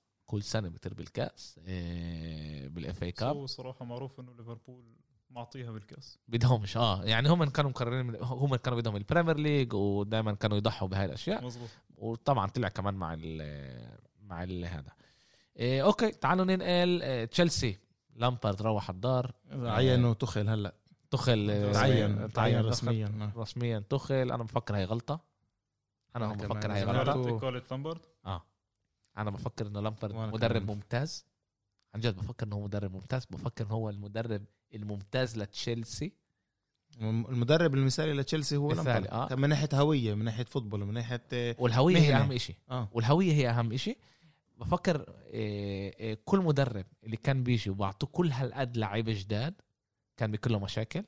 Speaker 3: بالاف اي كاب.
Speaker 2: صراحة معروف انه ليفربول معطيها بالكاس
Speaker 3: بدهمش يعني هم كانوا مقررين، هم كانوا بدهم البريمير ليج، ودائما كانوا يضحوا بهاي الاشياء.
Speaker 2: مزبوط.
Speaker 3: وطبعا طلع كمان مع هذا. اوكي تعالوا ننقل تشيلسي. لامبارد روح الدار،
Speaker 4: عينوا تخل هلا تعين
Speaker 3: رسميا تخل. انا بفكر هاي غلطة، انا بفكر انه لامبارد مدرب ممتاز عن جد، بفكر انه هو مدرب ممتاز، بفكر انه هو المدرب الممتاز لتشيلسي،
Speaker 4: المدرب المثالي لتشيلسي هو لامبارد. من ناحية هوية، من ناحية فوتبول، من ناحية
Speaker 3: والهوية هي أهم إشي. والهوية هي أهم إشي. بفكر كل مدرب اللي كان بيجي وبعطوه كل هالقد لعيبة جداد كان بكله مشاكل.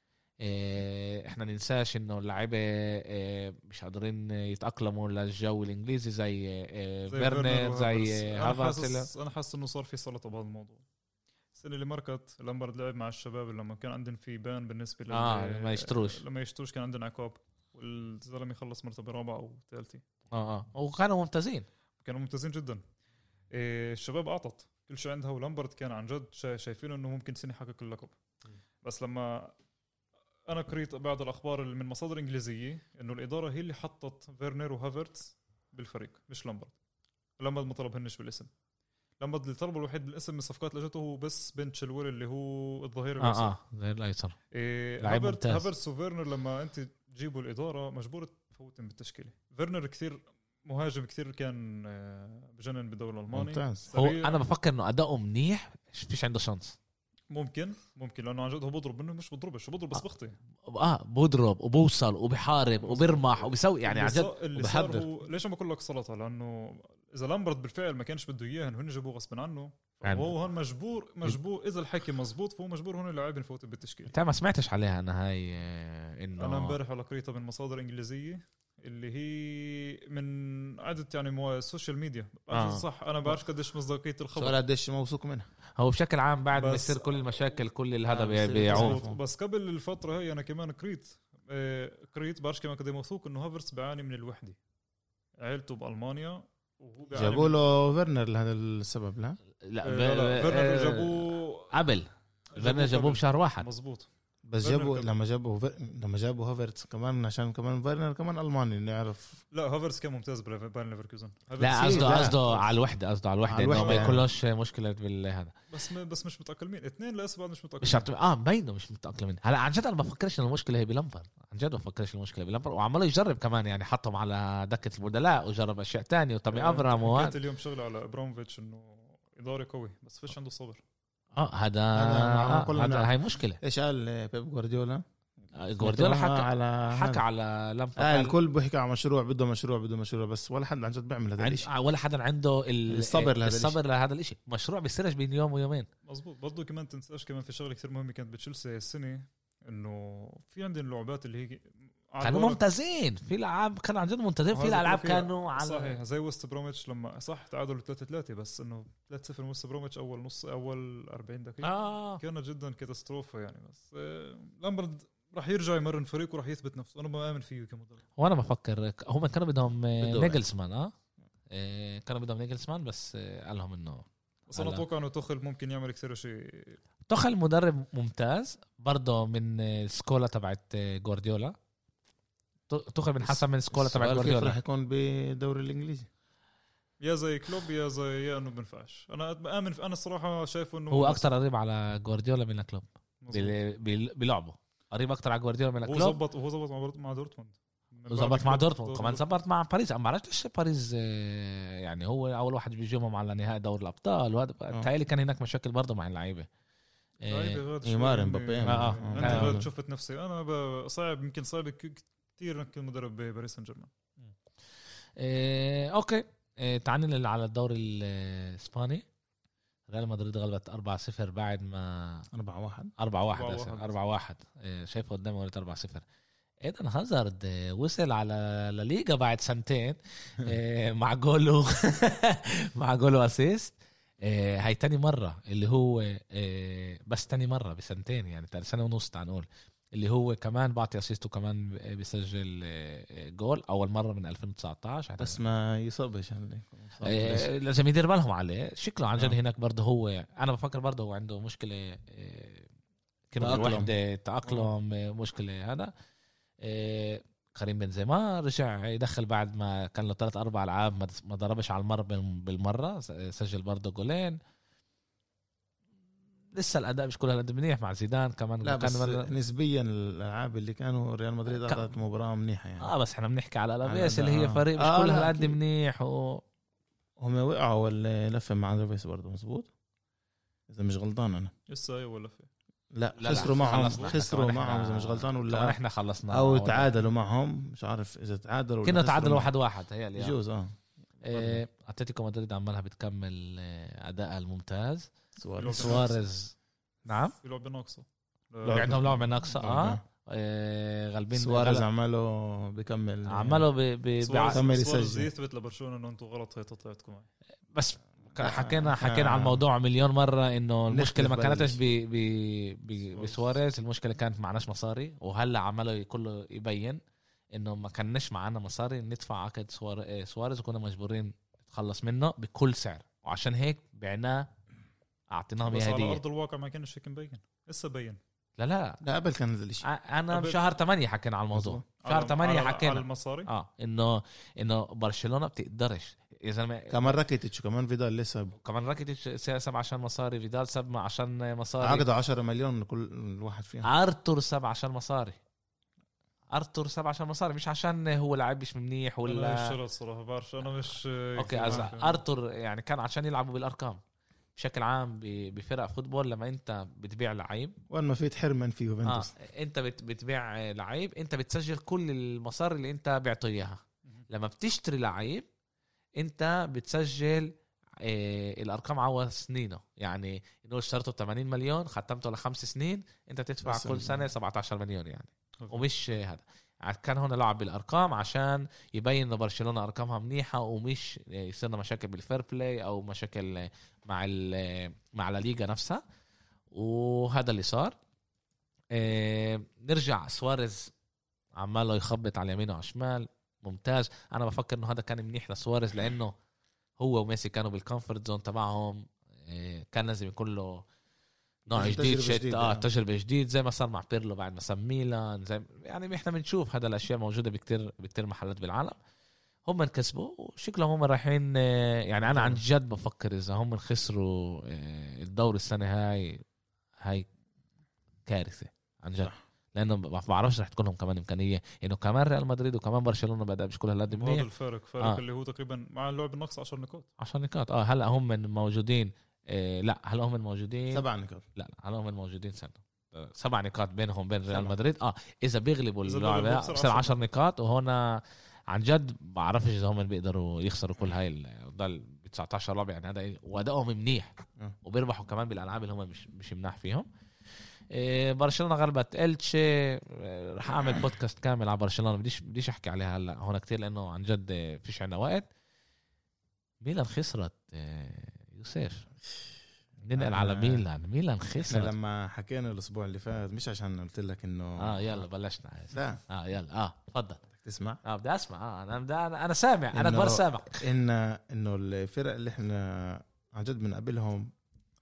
Speaker 3: احنا ننساش انه اللعيبه مش قادرين يتاقلموا للجو الانجليزي زي فيرنر، زي هافرتز.
Speaker 2: انا حاسس انه صار في سلطه بهذا الموضوع. السنه اللي مركت لامبارد لعب مع الشباب لما كان عندنا في بان بالنسبه
Speaker 3: لما
Speaker 2: يشتروش كان عندنا عقاب، والزلمه يخلص مرتبه رابعه او ثالثه.
Speaker 3: وكانوا ممتازين
Speaker 2: جدا. الشباب اعطت كل شيء عندها، ولامبارد كان عن جد شايفينه انه ممكن سنه يحقق اللقب. بس لما أنا قريت بعض الأخبار من مصادر إنجليزية إنه الإدارة هي اللي حطت فيرنر وهافرتز بالفريق مش لامبارد ما طلبهنش بالاسم. لامبارد اللي طلبه الوحيد بالاسم من الصفقات اللي جته هو بس بن تشيلويل اللي هو الظهير الأيسر.
Speaker 3: ظهير الأيسر.
Speaker 2: هافرتز وفيرنر لما أنت تجيبوا الإدارة مجبور تفوتهم بالتشكيلة. فيرنر كثير مهاجم، كثير كان بجنن بالدوري الألماني.
Speaker 3: هو أنا بفكر إنه أداؤه منيح، فيش عنده شانس.
Speaker 2: ممكن لانه عن جد هو بضرب منه، مش بضربش، بضرب بس بخطي.
Speaker 3: بضرب وبوصل وبحارب وبرمح وبيسوي يعني عن جد
Speaker 2: وبحضر. ليش ما بقول لك سلطه؟ لانه اذا لامبرد بالفعل ما كانش بده اياه هن جابوه غصب عنه، وهو هون مجبور اذا الحكي مزبوط فهو مجبور هون اللاعب يفوت بالتشكيل.
Speaker 3: انت ما سمعتش عليها انا هاي انه
Speaker 2: انا امبارح على قريتها من مصادر انجليزيه اللي هي من عدة يعني السوشيال ميديا. صح انا بعرفش قديش مصداقية الخبر،
Speaker 4: سؤال قديش موثوق منها.
Speaker 3: هو بشكل عام بعد ما يصير كل المشاكل كل هذا بيعوم.
Speaker 2: بس قبل الفترة هي انا كمان قريت بعرفش كمان قد موثوق انه هافرتز بيعاني من الوحدة، عائلته بألمانيا وهو
Speaker 4: جابوا له فيرنر لهذا السبب. لا
Speaker 2: فيرنر جابوه
Speaker 3: قبل، فيرنر جابوه بشهر 1
Speaker 2: مزبوط.
Speaker 4: بس جابوا لما جابوا هافرتس كمان عشان كمان فيرنر كمان ألماني نعرف.
Speaker 2: لا هافرز كان ممتاز بايرن ليفركوزن.
Speaker 3: لا قصده على الوحده انه ما يكونش مشكله بالهذا.
Speaker 2: بس مش متاقلمين اثنين لسه بعد مش متاقلمين.
Speaker 3: مش بينه مش متاقلمين. هلا عن جد انا ما بفكرش ان المشكله هي بلامبر، عن جد ما بفكرش المشكله بلامبر، وعمال يجرب كمان يعني حطهم على دكه البدلاء وجرب اشياء تانية وطبيعي افرام
Speaker 2: وقت اليوم شغله على ابراموفيتش انه اداري قوي بس فيش عنده صبر.
Speaker 3: هذا هاي مشكله.
Speaker 4: ايش قال بيب جوارديولا
Speaker 3: حكى على لامبارد.
Speaker 4: الكل بيحكي على مشروع بده مشروع بس ولا حد عن جد بيعمل هذا الشيء،
Speaker 3: ولا حدا عنده
Speaker 4: الصبر
Speaker 3: لهذا الشيء. مشروع بيصيرش بين يوم ويومين.
Speaker 2: مظبوط. برضو كمان تنساش كمان في شغله كثير مهمه كانت بتشيلسي السنه، انه في عندنا اللعبات اللي هي
Speaker 3: كانوا ممتازين في العاب، كانوا عن جد ممتازين في الالعاب كانوا على
Speaker 2: صحيح زي وست بروميتش لما صح تعادلوا 3-3 بس انه 3-0 وست بروميتش اول 40 دقيقه كانت جدا كاتاستروفه يعني. بس لامبرد راح يرجع يمرن فريق وراح يثبت نفسه. انا ما آمن فيه كمدرب.
Speaker 3: وانا بفكر هم كانوا بدهم نيجلسمان كانوا بدهم نيجلسمان بس قال لهم انه
Speaker 2: بس انا اتوقع انه توخل ممكن يعمل كثير شيء.
Speaker 3: توخل مدرب ممتاز برضه من السكولا تبعت جوارديولا. توخل من حسب من السكولا تبعت جوارديولا.
Speaker 4: راح يكون بالدوري الانجليزي
Speaker 2: يا زي كلوب يا انه بنفعش. انا بآمن انا الصراحه شايفه انه
Speaker 3: هو اكثر قريب على جوارديولا من كلوب بلعبه. قريب اكثر على جوارديولا من كلوب.
Speaker 2: هو زبط مع دورتموند
Speaker 3: وزبط مع دورتموند كمان زبط مع باريس. ما بعرفش ليش باريس يعني هو اول واحد بيجيبهم على نهائي دوري الابطال وهذا بتهيألي كان هناك مشاكل برضه مع اللعيبه.
Speaker 4: ايمار مبابي
Speaker 2: انا شفت نفسي انا صعب يمكن صعب كثير انك مدرب باريس سان جيرمان.
Speaker 3: اوكي تعال على الدوري الاسباني. ريال مدريد غلبت 4-0 بعد ما 4-1 شايفه قدامي ولد 4-0. ايدن هازارد وصل على الليغا بعد سنتين مع جولو مع جولو اسيست. هاي تاني مرة اللي هو بس تاني مرة بسنتين يعني سنة ونص نقول اللي هو كمان بعطي اسيست وكمان بيسجل جول اول مرة من 2019.
Speaker 4: بس ما يصابش
Speaker 3: لازم يدير بالهم عليه شكله عن جد. هناك برضه هو انا بفكر برضه هو عنده مشكلة تأقلم مشكلة. هذا كريم بنزيما رجع يدخل بعد ما كان له 3-4 ألعاب ما ضربش على المر بالمرة. سجل برضه جولين. لسه الأداء مش كل هالقد منيح مع زيدان كمان.
Speaker 4: لا بس نسبيا الألعاب اللي كانوا ريال مدريد أعطت مباراة منيحة يعني.
Speaker 3: بس احنا بنحكي على الألابيس اللي هي فريق مش كل هالقد منيح
Speaker 4: هم وقعوا ولا لفة مع الألابيس برضه مزبوط إذا مش غلطان أنا
Speaker 2: لسه ولا في
Speaker 4: لا خسروا معهم إذا مش غلطان ولا
Speaker 3: احنا خلصنا
Speaker 4: أو تعادلوا معهم مش عارف إذا تعادلوا
Speaker 3: كنا تعادلوا 1-1 هي
Speaker 4: يجوز
Speaker 3: أتلتيكو مدريد عمالها بتكمل أداءها الممتاز.
Speaker 2: سواريز
Speaker 3: نعم
Speaker 2: لعبة ناقصة
Speaker 3: عندهم لعبة ناقصة غالبين
Speaker 4: سواريز عماله بيكمل
Speaker 3: بيكمل
Speaker 2: يسجل يثبت لبرشلونة انه انتم غلط هي طلعتكم
Speaker 3: بس حكينا على الموضوع مليون مرة انه المشكلة ما كانتش بسواريز. المشكلة كانت معناش مصاري وهلا عمله كله يبين انه ما كانش معنا مصاري ندفع عقد سواريز وكنا مجبورين نتخلص منه بكل سعر وعشان هيك بعناه اعطيناهم
Speaker 2: بس
Speaker 3: هدية.
Speaker 2: على ارض الواقع ما كانش هيك مبين لسه بين.
Speaker 3: لا
Speaker 4: قبل كان هذا الشيء.
Speaker 3: انا بشهر 8 حكينا على الموضوع. شهر 8 حكينا
Speaker 2: على المصاري
Speaker 3: انه برشلونة بتقدرش يا زلمه.
Speaker 4: كمان راكيتيتش وكمان فيدال لسه
Speaker 3: كمان راكيتيتش سب عشان مصاري. فيدال سب عشان مصاري.
Speaker 4: عقده 10 مليون كل واحد فيهم.
Speaker 3: ارتور سب عشان مصاري. مش عشان هو لاعب مش منيح ولا
Speaker 2: الشرط صراحه بعرف انا مش
Speaker 3: اوكي. ارتور يعني كان عشان يلعبوا بالارقام بشكل عام بفرق فوتبول. لما انت بتبيع لعيب
Speaker 4: وين ما في تحرمن فيه يوفنتوس
Speaker 3: انت بتبيع لعيب انت بتسجل كل المصاري اللي انت بعته اياها. لما بتشتري لعيب انت بتسجل الارقام عوض سنينه. يعني انه اشتريته 80 مليون ختمته ل5 سنين انت تدفع كل سنه 17 مليون يعني. ومش هذا كان هنا لعب بالارقام عشان يبين ان برشلونه ارقامها منيحه ومش يصيرنا مشاكل بالفير بلاي او مشاكل مع الليغا نفسها. وهذا اللي صار. نرجع سواريز عماله يخبط على يمينه وعلى شمال ممتاز. انا بفكر انه هذا كان منيح لسواريز لانه هو وميسي كانوا بالكونفورت زون تبعهم. كان لازم يكون له نوع
Speaker 4: تجربة
Speaker 3: جديد
Speaker 4: جديدة.
Speaker 3: تجربة جديد زي ما صار مع بيرلو بعد ما ساب ميلان زي يعني احنا بنشوف هذا الاشياء موجودة بكتير محلات بالعالم. هم كسبوا وشكلهم هم رايحين يعني انا عن جد بفكر اذا هم خسروا الدوري السنة هاي كارثة عن جد. لانه ما بعرفش رح تكون لهم كمان امكانيه انه كمان ريال مدريد وكمان برشلونه بدأ مش كل هالقد
Speaker 2: هذا
Speaker 3: منيح.
Speaker 2: الفارق اللي هو تقريبا مع اللعب النقص 10 نقاط
Speaker 3: 10 نقاط هلا هم موجودين لا هلا هم موجودين
Speaker 4: 7 نقاط.
Speaker 3: لا هلا هم موجودين 7 نقاط بينهم بين ريال مدريد اذا بيغلبوا اللعبه بصير 10 نقاط. وهنا عن جد بعرفش اذا هم بيقدروا يخسروا كل هاي ضل ب 19 لعبه يعني هذا وادائهم منيح وبيربحوا كمان بالالعاب اللي هم مش مناح فيهم. برشلونه غلبت إلتشي. رح اعمل بودكاست كامل على برشلونه بديش احكي عليها هلا هون كتير لانه عن جد فيش عنا وقت. ميلان خسرت يوسف ننقل على ميلان خسرت.
Speaker 4: لما حكينا الاسبوع اللي فات مش عشان قلت لك انه
Speaker 3: يلا بلشنا
Speaker 4: لا
Speaker 3: يلا تفضل
Speaker 4: تسمع
Speaker 3: بدي اسمع انا سامع انا كبر سامع
Speaker 4: انه الفرق اللي احنا عن جد بنقابلهم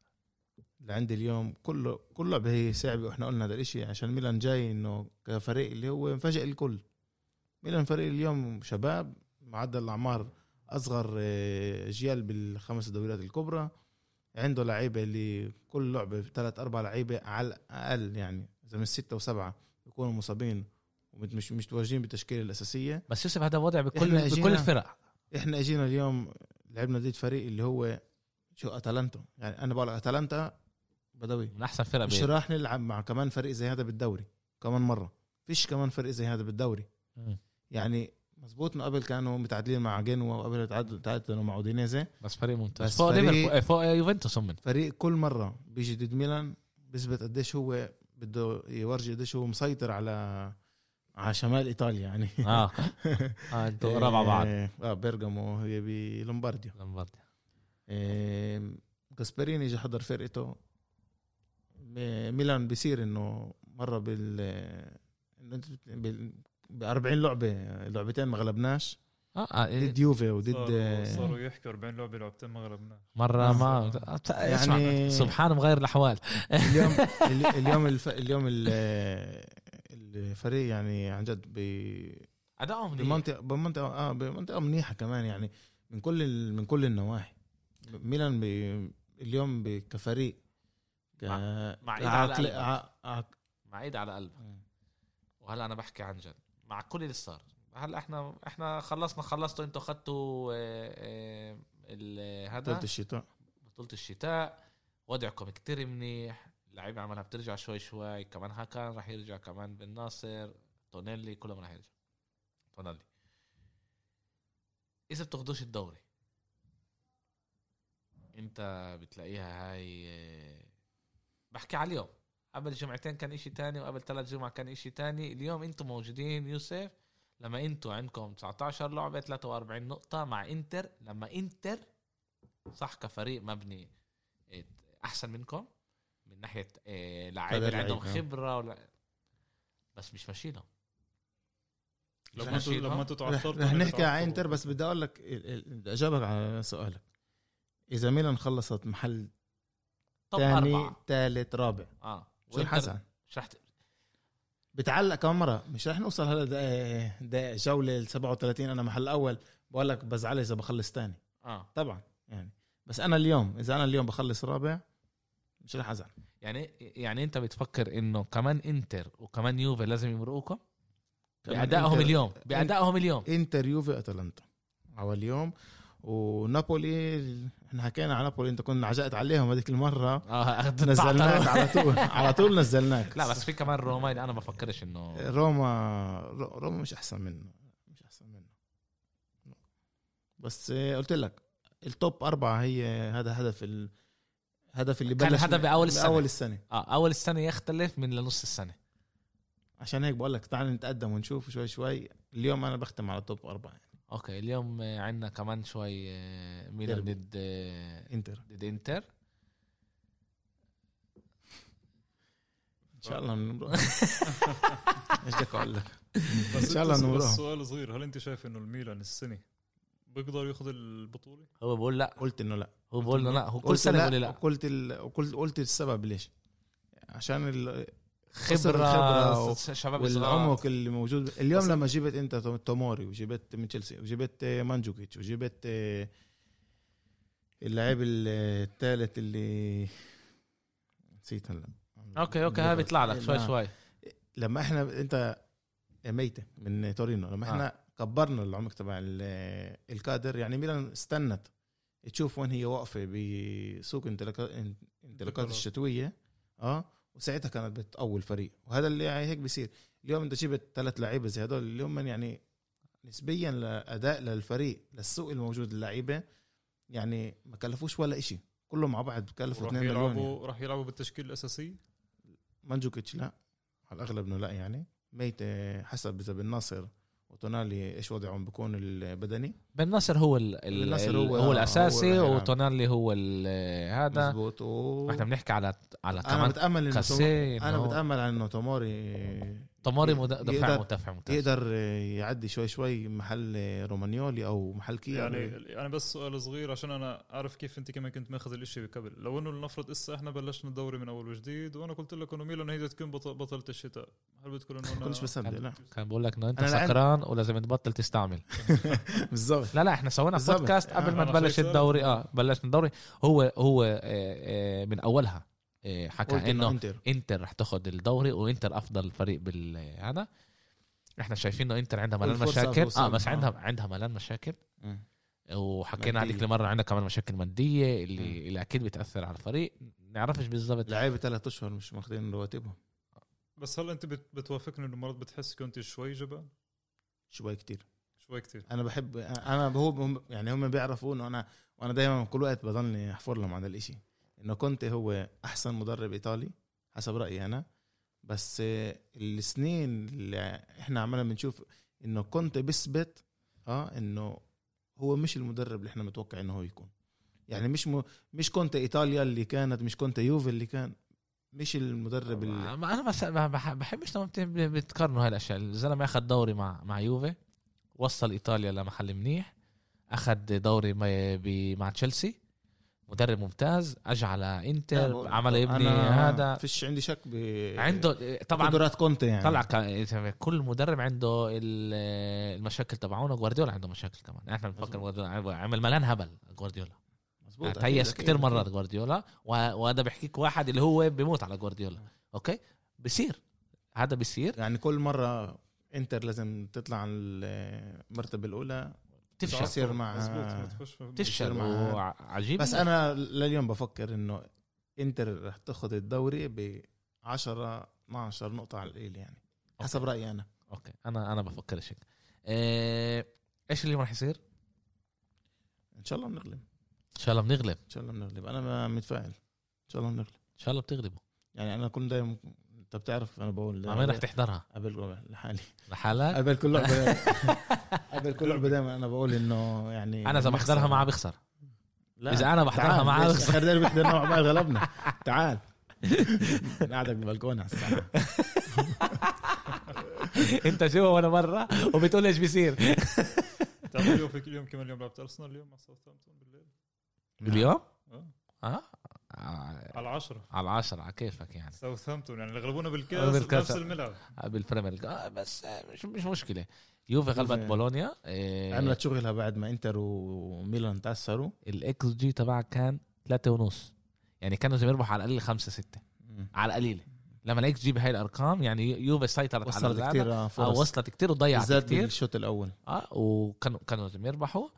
Speaker 4: لعند اليوم كل لعبه هي صعبه. واحنا قلنا هذا الاشي عشان ميلان جاي انه كفريق اللي هو مفاجئ الكل. ميلان فريق اليوم شباب معدل الاعمار اصغر اجيال بالخمس دوريات الكبرى. عنده لعيبه اللي كل لعبه 3-4 لعيبه على الاقل يعني اذا من 6 و7 يكونوا مصابين ومش متواجدين بالتشكيله الاساسيه.
Speaker 3: بس يوسف هذا وضع بكل الفرق.
Speaker 4: احنا اجينا اليوم لعبنا ضد فريق اللي هو شو اتلانتا. يعني انا بقول اتلانتا بدوي
Speaker 3: من احسن فرق.
Speaker 4: مش راح نلعب مع كمان فريق زي هذا بالدوري كمان مره. فيش كمان فريق زي هذا بالدوري. يعني مزبوط قبل كانوا متعادلين مع جنوا وقبل تعادلوا مع اودينيزي
Speaker 3: بس فريق ممتاز
Speaker 4: فوق
Speaker 3: يوفنتوس. هم
Speaker 4: فريق كل مره بيجي ضد ميلان بيثبت قديش هو بده يورجي قديش هو مسيطر على شمال ايطاليا يعني.
Speaker 3: انتوا قراب على بعض.
Speaker 4: بيرغامو هي بلومبارديا. غاسبريني يجي حضر فرقته. ميلان بيصير انه مره ب40 لعبتين ما غلبناش ضد يوفي وضد
Speaker 2: صاروا يحكوا 40 لعبه لعبتين ما غلبناش
Speaker 3: مره ما يعني سبحان مغير الاحوال.
Speaker 4: اليوم الفريق يعني عن جد
Speaker 3: ادائهم
Speaker 4: بمنطقه منيحه كمان يعني من كل النواحي. ميلان اليوم كفريق
Speaker 3: مع ايد على قلب. وهلا انا بحكي عن جد مع كل اللي صار. هلا احنا خلصتوا انتوا اخذتوا هذا بطولة الشتاء. وضعكم كتير منيح. اللعيبه عملها بترجع شوي كمان هاكان راح يرجع كمان بالناصر تونيلي كلهم راح يرجع. تونيلي اذا بتاخدوش الدوري انت بتلاقيها هاي بحكي على اليوم. قبل جمعتين كان إشي تاني وقبل 3 جمعة كان إشي تاني. اليوم انتم موجودين يوسف لما انتم عندكم 19 لعبة 43 نقطة مع انتر. لما انتر صح كفريق مبني احسن منكم من ناحية لاعبين عندهم خبرة بس مش ماشيين.
Speaker 2: لما تتعطلوا
Speaker 4: رح نحكي عن انتر. بس بدي اقول لك اجابك على سؤالك. اذا ميلان خلصت محل ثاني ثالث رابع شو الحسن بتعلق كم مرة. مش رح نوصل هلا ده جولة 37 انا محل اول بقول لك بزعل اذا بخلص ثاني طبعا يعني. بس انا اليوم اذا انا اليوم بخلص رابع مش رح ازعل.
Speaker 3: يعني انت بتفكر انه كمان انتر وكمان يوفي لازم يمرقوكم بأدائهم اليوم
Speaker 4: انتر يوفي اتلانتا على اليوم. ونابولي احنا حكينا على نابولي انت كنا عجقت عليهم هذيك المره نزلناك على طول نزلناك.
Speaker 3: لا بس في كمان روما انا ما بفكرش انه
Speaker 4: روما مش احسن منه بس قلت لك التوب 4 هي هذا هدف اللي بلش
Speaker 3: هذا بأول
Speaker 4: السنه
Speaker 3: اول السنه يختلف من لنص السنه.
Speaker 4: عشان هيك بقول لك تعال نتقدم ونشوف شوي. اليوم انا بختم على توب 4 يعني.
Speaker 3: اوكي اليوم عندنا كمان شوي ميلان ضد انتر
Speaker 4: ان شاء الله نروح. ايش بدك اقول لك
Speaker 2: ان شاء الله نروح. سؤال صغير هل انت شايف انه الميلان السنه بيقدر ياخذ البطوله؟
Speaker 3: هو بقول لا.
Speaker 4: قلت انه لا.
Speaker 3: هو بقول لا. هو كل سنه بيقول لا.
Speaker 4: قلت السبب ليش. عشان
Speaker 3: خبرة شباب
Speaker 4: والعمق اللي موجود اليوم. لما جبت انت توموري وجبت من تشيلسي وجبت مانجوكيتش وجبت اللاعب الثالث اللي نسيت هلا.
Speaker 3: اوكي هاي بيطلع لك شوي
Speaker 4: لما احنا انت ميتة من تورينو لما احنا كبرنا العمق تبع الكادر، يعني ميلان استنت تشوف وين هي واقفة بسوق انطلاقات الشتوية وساعتها كانت بتقوي الفريق. وهذا اللي هيك بيصير اليوم. انت جبت 3 لعيبة زي هدول اليوم يعني نسبيا لأداء للفريق للسوق الموجود اللعيبة يعني ما كلفوش ولا إشي، كلهم مع بعض بكلفوا 2 مليون يعني.
Speaker 2: راح يلعبوا بالتشكيل الأساسي.
Speaker 4: مانجوكيتش لا على الأغلب إنه لا، يعني ميت حسب إذا بالناصر وتونالي إيش وضعهم بيكون البدني.
Speaker 3: بالنصر هو هو الأساسي وتونالي هو هذا
Speaker 4: مزبوط.
Speaker 3: احنا بنحكي على
Speaker 4: كمان
Speaker 3: كاسي.
Speaker 4: أنا بتأمل إنه توموري
Speaker 3: مدافع
Speaker 4: يقدر يعدي شوي محل رومانيولي او محل كي.
Speaker 2: يعني بس سؤال صغير عشان انا اعرف كيف انت كمان كنت ماخذ الاشي قبل. لو انه لنفرض اسا احنا بلشنا الدوري من اول وجديد وانا قلت لك انه ميلان هي تكون بطلة الشتاء، هل بتقول انه انا
Speaker 4: كنتش بصدق؟ لا
Speaker 3: كان بقول لك انه انت سكران ولازم تبطل تستعمل.
Speaker 4: بالضبط.
Speaker 3: لا احنا سوينا بودكاست قبل ما نبلش الدوري. بلشنا الدوري. هو من اولها حكى انه انتر رح تاخد الدوري وانتر افضل فريق بالهذا. احنا شايفين انه انتر عندها ملان مشاكل بس عندها ملان مشاكل وحكينا عليك لمرة عندها كمان مشاكل مادية اللي اكيد بتأثر على الفريق. نعرفش بالضبط
Speaker 4: لعيبة 3 أشهر مش ماخذين رواتبهم.
Speaker 2: بس هل انت بتوافقني انه مرات بتحس كنت شوي جبان؟
Speaker 4: شوي كتير.
Speaker 2: انا
Speaker 4: بحب هو يعني هم بيعرفوا انه وانا دايما كل وقت بضلني احفر لهم عن الاشي انه كنت هو احسن مدرب ايطالي حسب رأيي انا. بس السنين اللي احنا عمالنا بنشوف انه كنت بثبت انه هو مش المدرب اللي احنا متوقع انه هو يكون. يعني مش كنت ايطاليا اللي كانت، مش كنت يوفي اللي كان، مش المدرب اللي
Speaker 3: انا بس ما بحبش لما بتقارنوا هاي الاشياء. الزلمه اخذ دوري مع يوفي، وصل ايطاليا لمحل منيح، اخذ دوري مع تشيلسي، مدرب ممتاز، اجى على انتر عمل يبني هذا.
Speaker 4: فيش عندي شك
Speaker 3: عنده طبعا
Speaker 4: قدرات كونتي يعني.
Speaker 3: طلع كل مدرب عنده المشاكل تبعونه. جوارديولا عنده مشاكل كمان. احنا بنفكر جوارديولا عمل ملان هبل. جوارديولا تهيس كتير مرات جوارديولا، وهذا بحكيك واحد اللي هو بيموت على جوارديولا. اوكي بيصير هذا بيصير
Speaker 4: يعني كل مرة انتر لازم تطلع المرتبة الأولى
Speaker 3: تفشل
Speaker 4: مع
Speaker 3: تفشل عجيب.
Speaker 4: بس أنا لليوم بفكر إنه انتر رح تاخد الدوري ب10-12 نقطة على القليل يعني حسب رأيي أنا.
Speaker 3: أوكي أنا بفكر هيك. إيش اللي راح يصير؟
Speaker 4: إن شاء الله بنغلب.
Speaker 3: إن شاء الله بنغلب.
Speaker 4: أنا متفائل إن شاء الله بنغلب.
Speaker 3: إن شاء الله بتغلبوا.
Speaker 4: يعني أنا كل دايما انت بتعرف انا بقول
Speaker 3: عمين رح تحضرها
Speaker 4: قبل لحالي
Speaker 3: لحالك
Speaker 4: قبل كل لعبه قبل كل لعبه دائما انا بقول انه يعني
Speaker 3: انا اذا بحضرها معه بخسر. اذا انا بحضرها معه بخسر.
Speaker 4: خلينا بحضرنا مع بعض غلبنا. تعال قاعدك بالبلكونه هسه.
Speaker 3: انت شو وانا مره وبتقول ايش بيصير.
Speaker 2: تعرفوا في اليوم كمان اليوم لعبت ارسنال اليوم مع ساوثهامبتون بالليل.
Speaker 3: اليوم
Speaker 2: على 10
Speaker 3: على كيفك يعني.
Speaker 2: ساوثهامبتون يعني اللي غلبونا بالكاس نفس الملعب
Speaker 3: بالبريمير ليج. بس مش مشكله. يوفي غلبت بولونيا
Speaker 4: عملت شغلها بعد ما انتر وميلان تاثروا.
Speaker 3: الاكس جي تبعها كان 3.5 يعني كانوا زي يربحوا على الاقل 5-6 على القليل. لما الاكس جي بهاي الارقام يعني يوفي سيطرت على
Speaker 4: كتير
Speaker 3: وصلت كتير وضيعت كتير
Speaker 4: الشوط الاول.
Speaker 3: وكانوا زي يربحوا.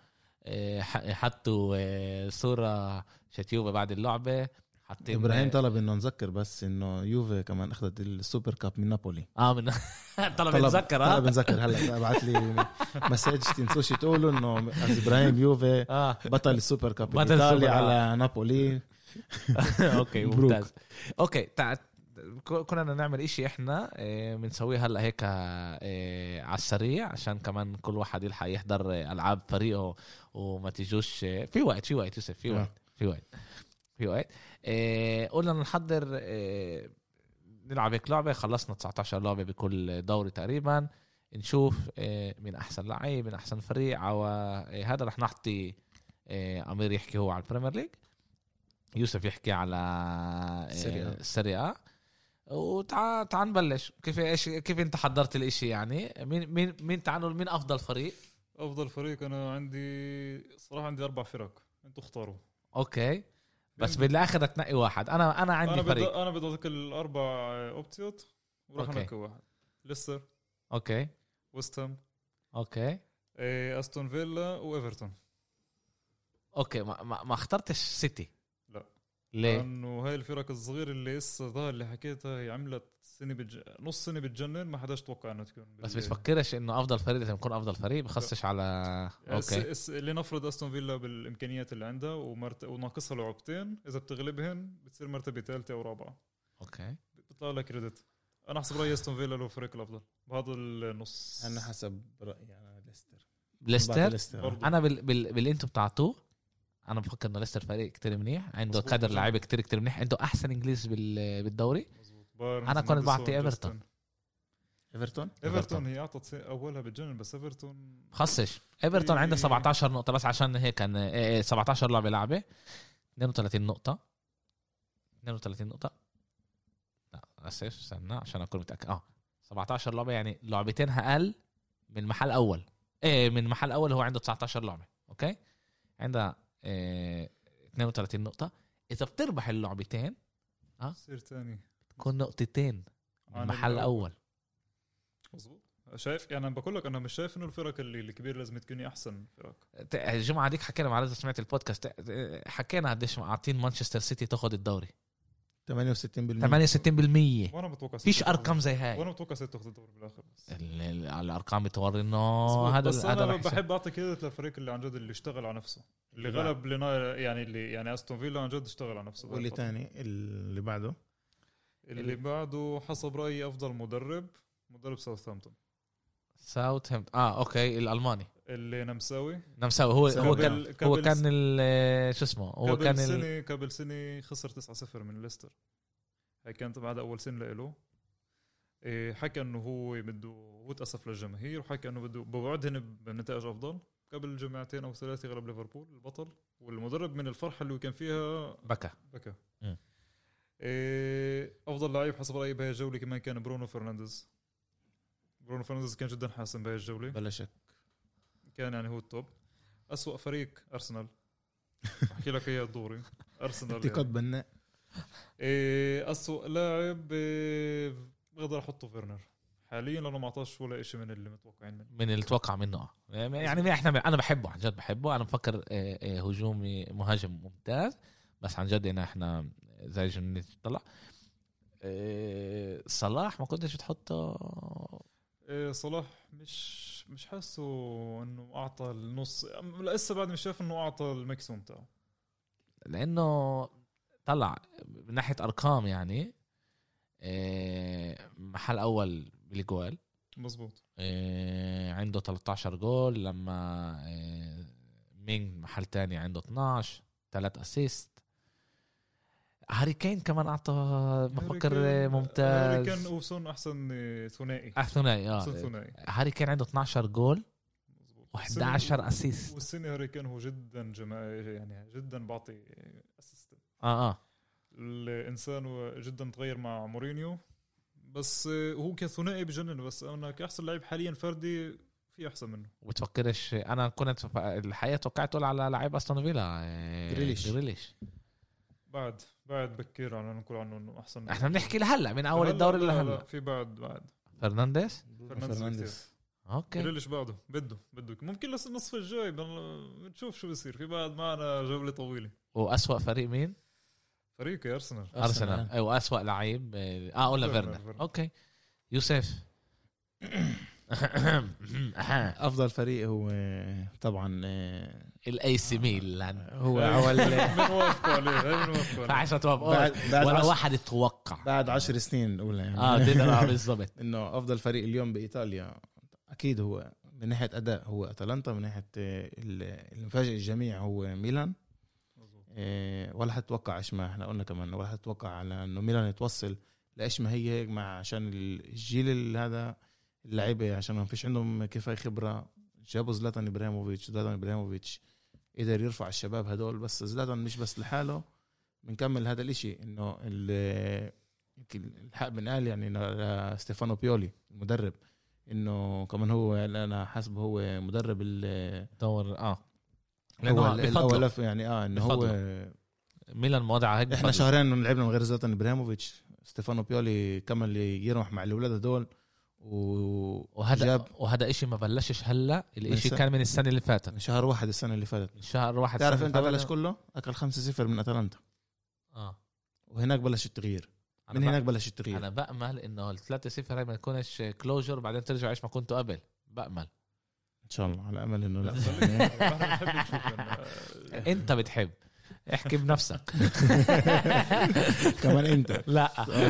Speaker 3: حطوا صوره شتيوبه بعد اللعبه.
Speaker 4: ابراهيم طلب انه نذكر بس انه يوفي كمان اخذت السوبر كاب من نابولي.
Speaker 3: من طلب نذكر
Speaker 4: هلا بعت لي مسج تنسوش تقولوا انه ابراهيم يوفي بطل السوبر كاب الايطالي على نابولي.
Speaker 3: اوكي ممتاز. اوكي كنا نعمل اشي احنا بنسويه هلا هيك على السريع عشان كمان كل واحد يلحق يحضر العاب فريقه وما تيجوش في وقت يوسف في وقت. قلنا نحضر نلعب هيك لعبة. خلصنا 19 لعبة بكل دوري تقريبا. نشوف من أحسن لعيب من أحسن فريق هذا رح نحطي أمير يحكي هو على البريمير ليج، يوسف يحكي على السيريا. وتعال نبلش. كيف انت حضرت الاشي يعني؟ مين تعالوا مين افضل فريق؟
Speaker 2: افضل فريق انا عندي صراحه عندي 4 فرق، انتوا اختاروا.
Speaker 3: اوكي بس بالاخر تنقي واحد. انا عندي فريق.
Speaker 2: انا بدي اذكر الاربع اوبتيوت وراح
Speaker 3: أوكي.
Speaker 2: نحكي واحد. ليستر،
Speaker 3: اوكي
Speaker 2: ويست هام،
Speaker 3: اوكي
Speaker 2: استون فيلا وايفرتون.
Speaker 3: اوكي ما اخترتش سيتي.
Speaker 2: لا.
Speaker 3: ليه؟
Speaker 2: لانه هاي الفرق الصغيره اللي ظهر اللي حكيتها هي عملت نص سنه بتجنن، ما حداش توقع انها تكون
Speaker 3: بس بتفكرش انه افضل فريق لازم يكون افضل فريق، بخصش على اوكي
Speaker 2: اللي نفرض استون فيلا بالامكانيات اللي عندها وناقصها لعبتين، اذا بتغلبهن بتصير مرتبه ثالثه او رابعه.
Speaker 3: اوكي
Speaker 2: بيطلع لك كريدت. انا احسب رايي استون فيلا له فريق الافضل بهذا النص.
Speaker 4: انا حسب رايي انا
Speaker 3: ليستر. انا بالانتو بتاعته انا بفكر انه ليستر فريق كتير منيح، عنده كادر لعيبه كتير منيح، عنده احسن انجليز بالدوري. انا كنت بعطي ايفرتون
Speaker 2: هي اعطت اولها بتجنن، بس ايفرتون
Speaker 3: خصش. ايفرتون عنده 17 نقطه بس عشان هيك كان 17 لعبه 32 نقطه. لا اسف استنى عشان اكون متاكد. 17 لعبه يعني لعبتين اقل من محل اول. من محل اول هو عنده 19 لعبه. اوكي عنده 32 نقطه. اذا بتربح اللعبتين
Speaker 2: تصير ثاني
Speaker 3: تكون نقطتين من محل اول.
Speaker 2: مظبوط. شايف يعني انا بقول لك انا مش شايف انه الفرق اللي الكبير لازم تكوني احسن فرق.
Speaker 3: الجمعه ديك حكينا مع رجل سمعت البودكاست، حكينا قديش عاطين مانشستر سيتي تاخذ الدوري
Speaker 4: 68%.
Speaker 2: وانا بتوقع
Speaker 3: فيش ارقام زي هاي.
Speaker 2: وانا بتوقع تاخذ الدوري بالاخر. بس
Speaker 3: الارقام بتوري انه هذا
Speaker 2: انا بحب اعطي كده للفريق اللي عن جد اللي اشتغل على نفسه، اللي غلب لنا يعني اللي يعني استون فيلا عن جد اشتغل على نفسه.
Speaker 4: واللي تاني اللي بعده
Speaker 2: حسب رايي افضل مدرب ساوثهامبتون.
Speaker 3: اوكي الالماني
Speaker 2: اللي نمساوي
Speaker 3: هو كان شو اسمه هو
Speaker 2: قبل سنه خسر 9-0 من ليستر. هاي كانت بعد اول سنه له. حكى انه هو تأسف للجماهير، وحكى انه بده بوعدهن بنتائج افضل. قبل جمعتين او 3 غلب ليفربول البطل، والمدرب من الفرحه اللي كان فيها بكى. افضل لاعب حسب رايي بهاي الجوله كمان كان برونو فرنانديز كان جدا حاسم بهاي الجوله
Speaker 4: بلا شك،
Speaker 2: كان يعني هو التوب. أسوأ فريق أرسنال. أحكي لك إياه دوري أرسنال
Speaker 4: تقد بناء.
Speaker 2: أسوأ لاعب بقدر أحطه فيرنر حاليا، لأنه ما عطاش ولا إشي من اللي متوقعين منه،
Speaker 3: من اللي توقع منه. يعني أنا بحبه عن جد بحبه. أنا بفكر هجومي مهاجم ممتاز، بس عن جد إحنا زي جنة طلع. صلاح ما كنتش تحطه.
Speaker 2: صلاح مش حاسه انه اعطى النص، لسه بعد مش شايف انه اعطى الماكسيموم تاعه،
Speaker 3: لانه طلع من ناحيه ارقام يعني محل اول بالجوال.
Speaker 2: مزبوط.
Speaker 3: عنده 13 جول، لما مين محل تاني عنده 12 3 اسيست. هاري كين كمان أعطى بفكر ممتاز.
Speaker 2: هاري كين وسون أحسن ثنائي.
Speaker 3: هاري كين عنده 12 جول و11 أسيست.
Speaker 2: والسنة هاري كين هو جدا جماعي يعني جدا بعطي أسيست. الإنسان جدا تغير مع مورينيو، بس هو كثنائي بجنن. بس أنا كأحسن لاعب حاليا فردي في أحسن منه.
Speaker 3: وبتفكرش أنا كنت الحقيقة توقعت على لاعب أستون فيلا جريليش.
Speaker 2: بعد بكير على نقول عنه انه احسن.
Speaker 3: احنا بنحكي لهلا من اول الدوري لهلا.
Speaker 2: في بعد
Speaker 3: فرنانديز.
Speaker 2: اوكي ليش بعده بده ممكن النصف الجاي بنشوف شو بيصير. في بعد معنا جولة طويلة.
Speaker 3: وأسوأ فريق مين؟
Speaker 2: فريق
Speaker 3: أرسنال. ايوه أسوأ لعيب قلنا فيرنر. اوكي يوسف.
Speaker 4: افضل فريق هو طبعا
Speaker 3: الاي سي ميلان.
Speaker 4: هو اول
Speaker 2: بنوافقوا
Speaker 3: عليه ولا واحد يتوقع
Speaker 4: بعد 10 سنين الاولى يعني.
Speaker 3: بالضبط
Speaker 4: انه افضل فريق اليوم بايطاليا اكيد هو من ناحيه اداء هو اتلانتا، من ناحيه المفاجئ الجميع هو ميلان. ولا حتوقع ايش ما احنا قلنا كمان، ولا حتوقع على انه ميلان يتوصل لايش ما هي مع عشان الجيل هذا اللعيبه، عشان ما فيش عندهم كفايه خبره. جابوا زلاتان ابراهيموفيتش قدر يرفع الشباب هدول. بس زلاتان مش بس لحاله، بنكمل هذا الاشي انه الحق بنقال يعني ستيفانو بيولي المدرب انه كمان هو انا حاسبه هو مدرب
Speaker 3: دور
Speaker 4: هو الاول يعني انه هو
Speaker 3: ميلان مواضعه هيك.
Speaker 4: احنا شهرين لعبنا من غير زلاتان ابراهيموفيتش. ستيفانو بيولي كمان اللي يرمح مع الاولاد هدول
Speaker 3: وهذا إشي ما بلشش هلا، الإشي كان من السنه اللي فاتت،
Speaker 4: من شهر واحد السنه اللي فاتت.
Speaker 3: من شهر واحد
Speaker 4: تعرف انت بلش كله اكل 5-0 من اتلانتا وهناك بلش التغيير. من هناك بلش التغيير.
Speaker 3: انا بأمل انه ال3-0 هاي ما يكونش كلوجر بعدين ترجع ايش ما كنتوا قبل. بأمل
Speaker 4: ان شاء الله، على امل انه لا.
Speaker 3: انت بتحب احكي بنفسك.
Speaker 4: كمان انت
Speaker 3: لا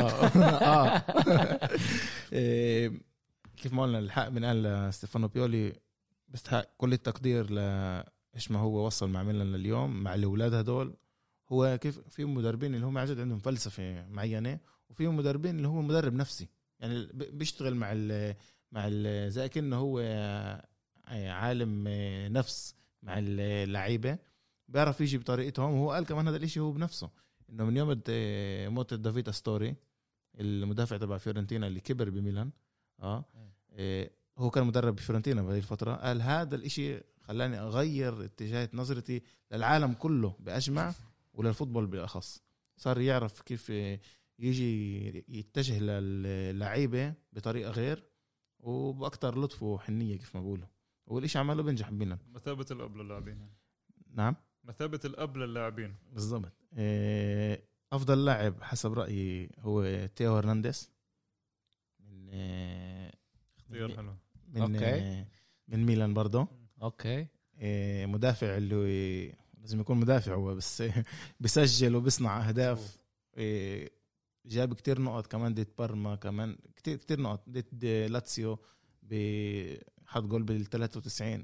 Speaker 4: كيف ما قلنا الحق من قال ستيفانو بيولي بيستحق كل التقدير لايش ما هو وصل مع ميلان لليوم مع الاولاد هدول. هو كيف في مدربين اللي هم عجد عندهم فلسفه معينه، وفي مدربين اللي هو مدرب نفسي يعني بيشتغل مع زي كأنه هو عالم نفس مع اللعيبه، بيعرف يجي بطريقتهم. وهو قال كمان هذا الاشي هو بنفسه، انه من يوم موت دافيد أستوري المدافع تبع فيورنتينا اللي كبر بميلان هو كان مدرب بفيورنتينا بهذه الفتره. قال هذا الاشي خلاني اغير اتجاه نظرتي للعالم كله باجمع وللفوتبول بالاخص. صار يعرف كيف يجي يتجه للعيبه بطريقه غير وباكثر لطف وحنيه كيف ما بقولوا، والإشي عمله بينجح بينا.
Speaker 2: مثابه الاب للاعبين يعني.
Speaker 4: نعم
Speaker 2: مثابه الاب للاعبين
Speaker 4: بالضبط. افضل لاعب حسب رايي هو تيو هرنانديز من
Speaker 2: اختيار حلو
Speaker 4: من ميلان برضه.
Speaker 3: اوكي
Speaker 4: مدافع اللي لازم يكون مدافع هو بس بيسجل وبيصنع اهداف. جاب كتير نقط كمان ضد بارما، كمان كتير نقط ضد لاتسيو بحط جول بال93.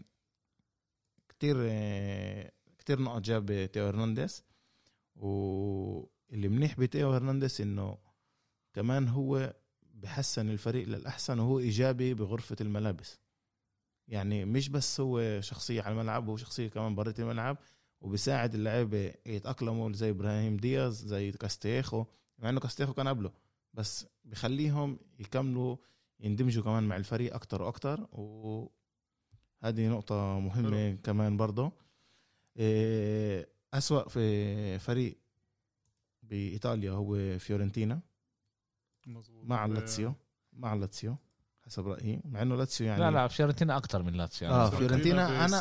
Speaker 4: كتير نقط جاب تيو هرنانديز. واللي منيح بتيو هرنانديز انه كمان هو بحسن الفريق للأحسن، وهو إيجابي بغرفة الملابس. يعني مش بس هو شخصية على الملعب، هو شخصية كمان برة الملعب، وبيساعد اللاعبين يتأقلموا زي إبراهيم دياز زي كاستيخو، مع إنه كاستيخو كان قبله، بس بيخليهم يكملوا يندمجوا كمان مع الفريق أكتر وأكتر. وهذه نقطة مهمة كمان برضه. أسوأ في فريق بإيطاليا هو فيورنتينا مع لاتسيو حسب رأيي، مع انه لاتسيو يعني
Speaker 3: لا فيورنتينا اكتر من لاتسيو.
Speaker 4: فيورنتينا انا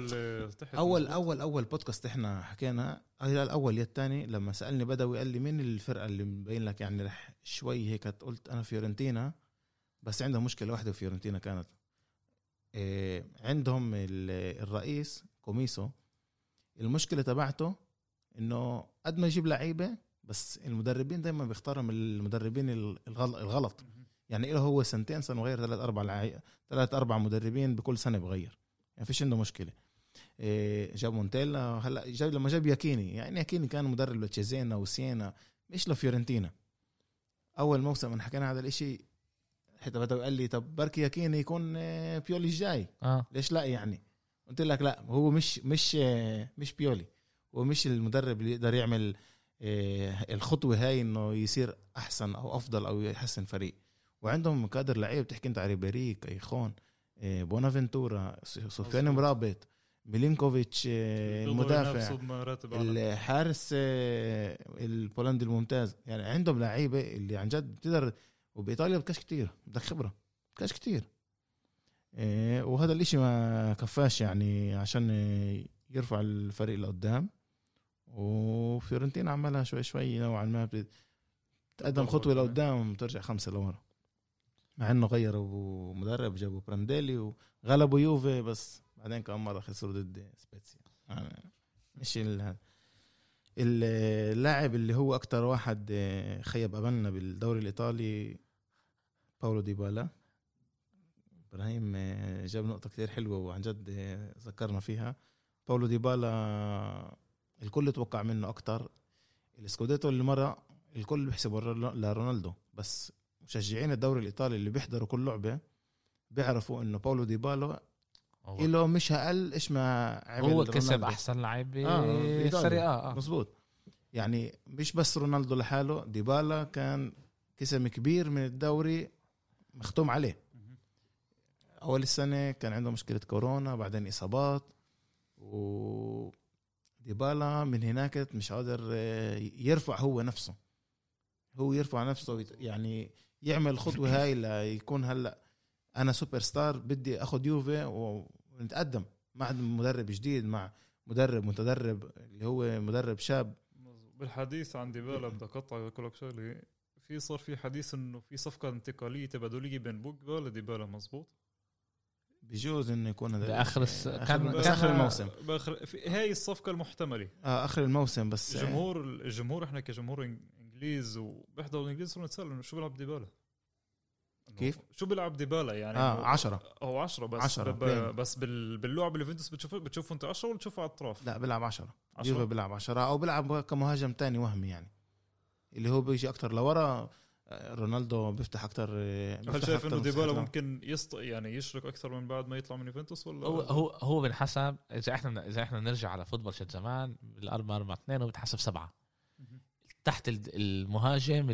Speaker 4: اول بودكاست احنا حكينا الاول يا الثاني لما سالني بدوي قال لي مين الفرقه اللي مبين لك يعني رح شوي هيك، قلت انا فيورنتينا، بس عندهم مشكله واحده. فيورنتينا كانت عندهم الرئيس كوميسو، المشكله تبعته انه قد ما يجيب لعيبه بس المدربين دايما بيختاروا من المدربين الغلط. يعني له هو سنتين وغير 3-4 مدربين بكل سنة بغير، يعني فيش عنده مشكلة. جاب مونتيلا، هلا لما جاب ياكيني، يعني ياكيني كان مدرب لتشيزينا وسينا مش لفيورنتينا. أول موسم أنا حكينا هذا الاشي، حتى بدأ قال لي طب بركي ياكيني يكون بيولي الجاي ليش لا؟ يعني قلت لك لا، هو مش بيولي، هو مش المدرب اللي يقدر يعمل الخطوة هاي إنه يصير أحسن أو أفضل أو يحسن فريق. وعندهم كادر لعيب، تحكي انت على بريك، ايخون، بونافنتورا، سفيان مرابط، ميلينكوفيتش المدافع، الحارس البولندي الممتاز. يعني عندهم لعيبه اللي عن جد بتقدر، وبايطاليا بكاش كتير، بدك خبره بكاش كتير. وهذا الاشي ما كفاش يعني عشان يرفع الفريق لقدام. وفيورنتينا عملها شوي شوي نوعا ما، بتقدم خطوه لقدام بترجع 5 لورا، مع انه غيروا مدرب، جابوا برانديلي وغلبوا يوفي، بس بعدين كمان مرة خسروا ضد سبيتسيا. مش اللاعب اللي هو اكتر واحد خيب املنا بالدوري الايطالي باولو ديبالا. ابراهيم جاب نقطة كتير حلوة وعن جد ذكرنا فيها. باولو ديبالا الكل توقع منه اكتر. السكوديتو اللي مرة الكل بيحسبه لرونالدو، بس مشجعين الدوري الإيطالي اللي بيحضروا كل لعبة بيعرفوا إنه باولو ديبالا إله مش أقل إيش ما عمل.
Speaker 3: هو كسب أحسن لاعب
Speaker 4: بالسيريا مظبوط. يعني مش بس رونالدو لحاله، ديبالا كان قسم كبير من الدوري مختوم عليه. أول السنة كان عنده مشكلة كورونا، بعدين إصابات، وديبالا من هناك مش قادر يرفع هو نفسه، يعني يعمل خطوة هاي ليكون هلأ أنا سوبر ستار، بدي أخذ يوفي ونتقدم مع مدرب جديد، مع متدرب اللي هو مدرب شاب.
Speaker 2: بالحديث عن ديبالا بدي أقطع كلك شغلة، صار في حديث إنه في صفقة انتقالية تبادلية بين بوجبا لديبالا، مظبوط؟
Speaker 4: بجوز إنه يكون
Speaker 3: بآخر
Speaker 4: آخر الموسم،
Speaker 2: هاي الصفقة المحتملة
Speaker 4: آخر الموسم. بس
Speaker 2: الجمهور إحنا كجمهور إنجليز وبيحضر الإنجليز صرنا نسأل إنه شو بيلعب ديبالا،
Speaker 4: كيف
Speaker 2: شو بيلعب ديبالا يعني
Speaker 4: 10
Speaker 2: أو 10 بس باللعب اللي فينتوس بتشوف أنت 10 ولا تشوفه على الأطراف؟
Speaker 4: لا بيلعب 10 يوفي بيلعب 10 أو بيلعب كمهاجم تاني وهمي، يعني اللي هو بيجي أكتر لورا. رونالدو بيفتح أكتر.
Speaker 2: هل شايف إنه ديبالا ممكن يعني يشرك أكثر من بعد ما يطلع من يوفنتوس ولا
Speaker 3: هو بالحسب؟ إذا إحنا نرجع على فوتبول شد زمان بال4-4-2 وبتحسب 7 تحت المهاجم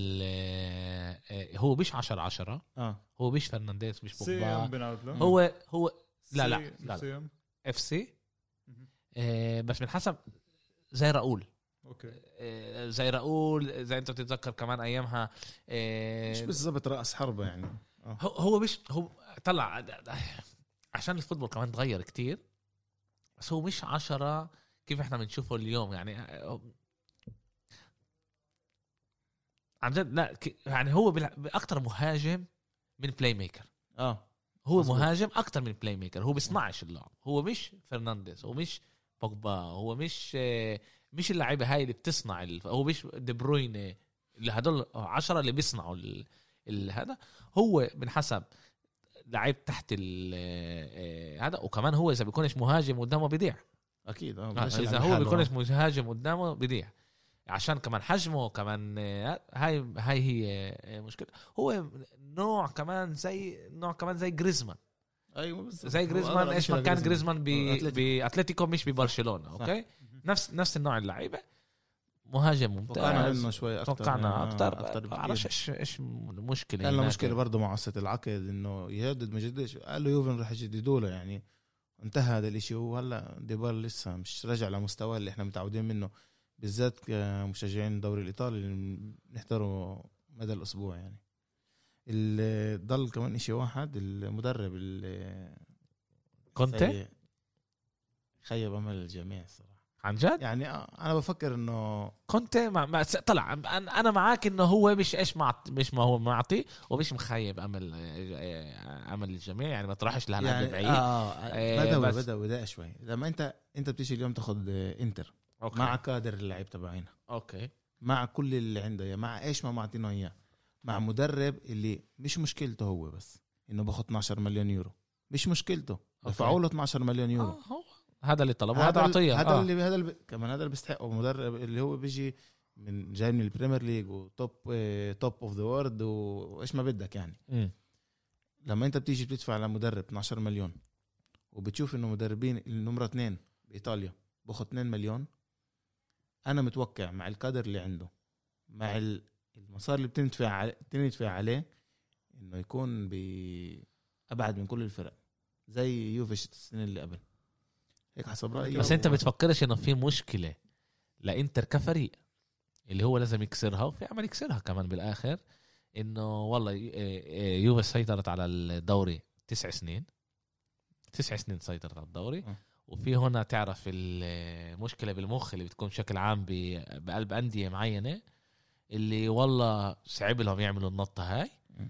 Speaker 3: هو مش 10 هو مش فرنانديز مش بوجبا، هو لا اف سي بس من حسب زي راؤول.
Speaker 2: اوكي
Speaker 3: زي راؤول، زي انت بتتذكر كمان ايامها
Speaker 4: مش بالضبط رأس حربة يعني.
Speaker 3: هو مش هو طلع عشان الفوتبول كمان تغير كتير، بس هو مش 10 كيف احنا بنشوفه اليوم يعني. عن جد لا يعني هو اكتر مهاجم من بلاي ميكر. هو مزبوط. مهاجم اكتر من بلاي ميكر، هو بيصنعش اللعب، هو مش فرنانديز، هو مش بوجبا، هو مش اللاعيبه هاي اللي بتصنع هو مش دي بروين اللي هدول 10 اللي بيصنعوا هذا. هو بنحسب لعيب تحت هذا، وكمان هو اذا بيكونش مهاجم قدامه بيضيع اكيد. اذا هو بيكونش مهاجم قدامه بيضيع عشان كمان حجمه كمان. هاي هي مشكلة. هو نوع كمان زي جريزمان.
Speaker 4: ايوه بالظبط
Speaker 3: زي جريزمان. ايش ما كان جريزمان باتلتيكو مش ببرشلونة. اوكي نفس النوع اللعيبه، مهاجم ممتاز.
Speaker 4: توقعنا منه شوي اكثر،
Speaker 3: توقعنا اكثر. عارفش ايش المشكله؟
Speaker 4: كان له مشكله برضه مع قصه العقد انه يجدد ما يجددش. قال له يوفن راح يجددوا له، يعني انتهى هذا الاشي. وهلا ديبالا لسه مش رجع لمستواه اللي احنا متعودين منه، بالذات كمشجعين الدوري الإيطالي اللي نحضره مدى الأسبوع. يعني اللي ضل كمان إشي واحد، المدرب
Speaker 3: كونتي
Speaker 4: خيب أمل الجميع الصراحة
Speaker 3: عن جد.
Speaker 4: يعني أنا بفكر إنه
Speaker 3: كونتي ما طلع. أنا معاك إنه هو مش ما هو معطي ومش مخيب أمل الجميع، يعني ما تروحش لهلا يعني
Speaker 4: بعيد. بدأ شوي. لما أنت بتيجي اليوم تاخد إنتر أوكي. مع كادر اللعيب تبعينا
Speaker 3: اوكي،
Speaker 4: مع كل اللي عنده، مع ايش ما معطينه اياه، مع مدرب اللي مش مشكلته هو بس انه باخد 12 مليون يورو، مش مشكلته دفعوا له 12 مليون يورو.
Speaker 3: هو هذا اللي طلبه، هذا عطيه.
Speaker 4: هذا اللي كمان هذا اللي بيستحقه مدرب اللي هو بيجي جاي من البريمير ليج وتوب اوف ذا وورد وايش ما بدك يعني. لما انت بتيجي بتدفع لمدرب 12 مليون وبتشوف انه مدربين النمرة 2 بايطاليا باخد 2 مليون، أنا متوقع مع القدر اللي عنده، مع المصاري اللي بتندفع عليه، إنه يكون بأبعد من كل الفرق زي يوفيش السنة اللي قبل. هيك حسب رأيي.
Speaker 3: بس أنت بتفكرش إنه في مشكلة لإنتر كفريق اللي هو لازم يكسرها، وفي عمل يكسرها كمان بالآخر. إنه والله يوفي سيطرت على الدوري 9 سنين سيطرت على الدوري. وفي هنا تعرف المشكلة بالمخ اللي بتكون بشكل عام بقلب أندية معينة، اللي والله صعب لهم يعملوا النطة هاي،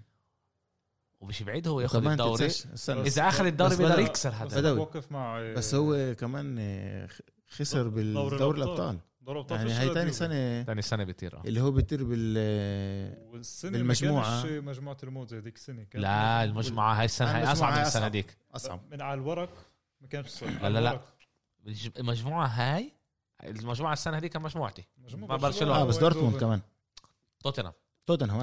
Speaker 3: ومش بعيد هو ياخذ الدوري. إذا أخذ الدوري بيقدر يكسر هذا.
Speaker 4: بس هو كمان خسر بالدوري الأبطال، يعني هاي تاني سنة
Speaker 3: بيطير
Speaker 4: اللي هو بيطير بالمجموعة.
Speaker 2: مجموعة الموت زي ديك السنة.
Speaker 3: لا المجموعة هاي السنة هاي أصعب من السنة ديك.
Speaker 2: أصعب من على الورق ما كانش صعب.
Speaker 3: لا المجموعة هاي، المجموعة السنة هذيك كان مجموعتي مع برشلونة.
Speaker 4: بس دورتموند كمان
Speaker 3: توتنهام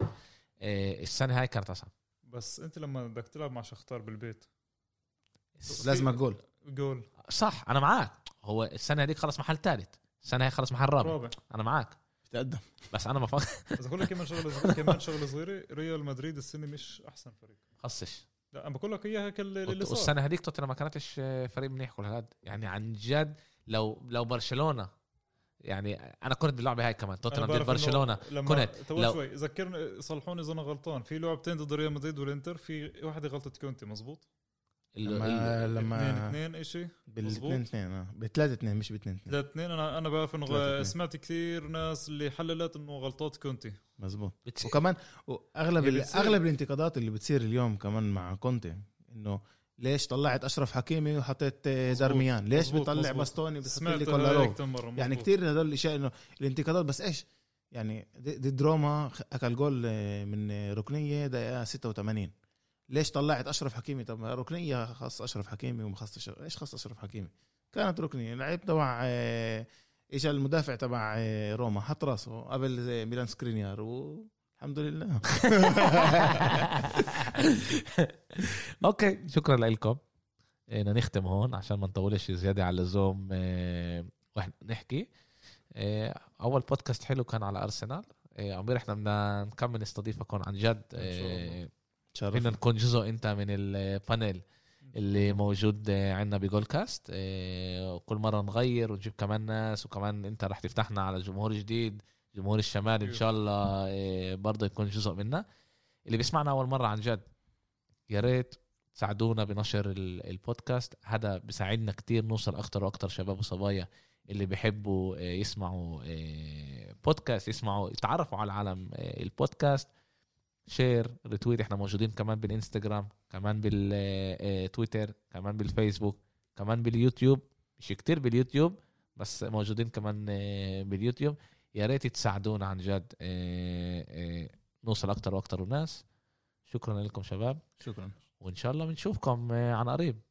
Speaker 3: السنة هاي كانت أصعب.
Speaker 2: بس أنت لما بدك تلعب مع شختار بالبيت
Speaker 4: لازمك جول
Speaker 3: صح. أنا معاك. هو السنة هذيك خلص محل ثالث، السنة هاي خلص محل رابع. أنا معاك.
Speaker 4: تقدم.
Speaker 3: بس انا بفكر
Speaker 2: بس اقول لك كمان شغله صغيره، ريال مدريد السنه مش احسن فريق.
Speaker 3: خصش.
Speaker 2: لا انا بقول لك اياها اللي صار.
Speaker 3: والسنه هذيك توتنهام ما كانتش فريق منيح كل هاد يعني عن جد. لو برشلونه يعني انا كنت باللعبه هاي كمان توتنهام ضد برشلونه كنت
Speaker 2: لو شوي ذكرني صلحوني اذا انا غلطان، في لعبتين ضد ريال مدريد والانتر، في واحده غلطه كونتي مزبوط
Speaker 4: لما
Speaker 2: 2 شيء
Speaker 4: بال2-2 ب3-2 مش ب2-2
Speaker 2: انا بعرف انه سمعت كثير ناس اللي حللت انه غلطات كونتي
Speaker 4: مزبوط. وكمان اغلب الانتقادات اللي بتصير اليوم كمان مع كونتي انه ليش طلعت اشرف حكيمي وحطيت زرميان، ليش بيطلع باستوني بسمعت كولارو يعني كتير هذول الاشياء انه الانتقادات. بس ايش يعني ضد روما اكل جول من ركنيه دقيقه 86، ليش طلعت اشرف حكيمي؟ طب ركنيه خاص اشرف حكيمي وما خاص ايش خاص اشرف حكيمي؟ كانت ركنيه لعيب تبع ايش المدافع تبع روما حط راسه قبل ميلان سكرينيار والحمد لله.
Speaker 3: اوكي شكرا لكم. نختم هون عشان ما نطولش زياده على اللزوم واحنا نحكي. اول بودكاست حلو كان على ارسنال. عمير احنا بدنا نكمل نستضيفكم عن جد. فينا نكون جزء انت من البانل اللي موجود عندنا بجول كاست. كل مرة نغير ونجيب كمان ناس، وكمان انت رح تفتحنا على جمهور جديد، جمهور الشمال ان شاء الله برضه يكون جزء منا. اللي بيسمعنا اول مرة عن جد يا ريت تساعدونا بنشر البودكاست، هذا بيساعدنا كتير نوصل اكتر واكتر شباب وصبايا اللي بيحبوا يسمعوا بودكاست، يسمعوا يتعرفوا على عالم البودكاست. شير ريتويت، احنا موجودين كمان بالانستغرام، كمان بالتويتر، كمان بالفيسبوك، كمان باليوتيوب. مش كتير باليوتيوب بس موجودين كمان باليوتيوب. يا ريت تساعدونا عن جد نوصل اكتر واكتر الناس. شكرا لكم شباب.
Speaker 4: شكرا،
Speaker 3: وان شاء الله بنشوفكم عن قريب.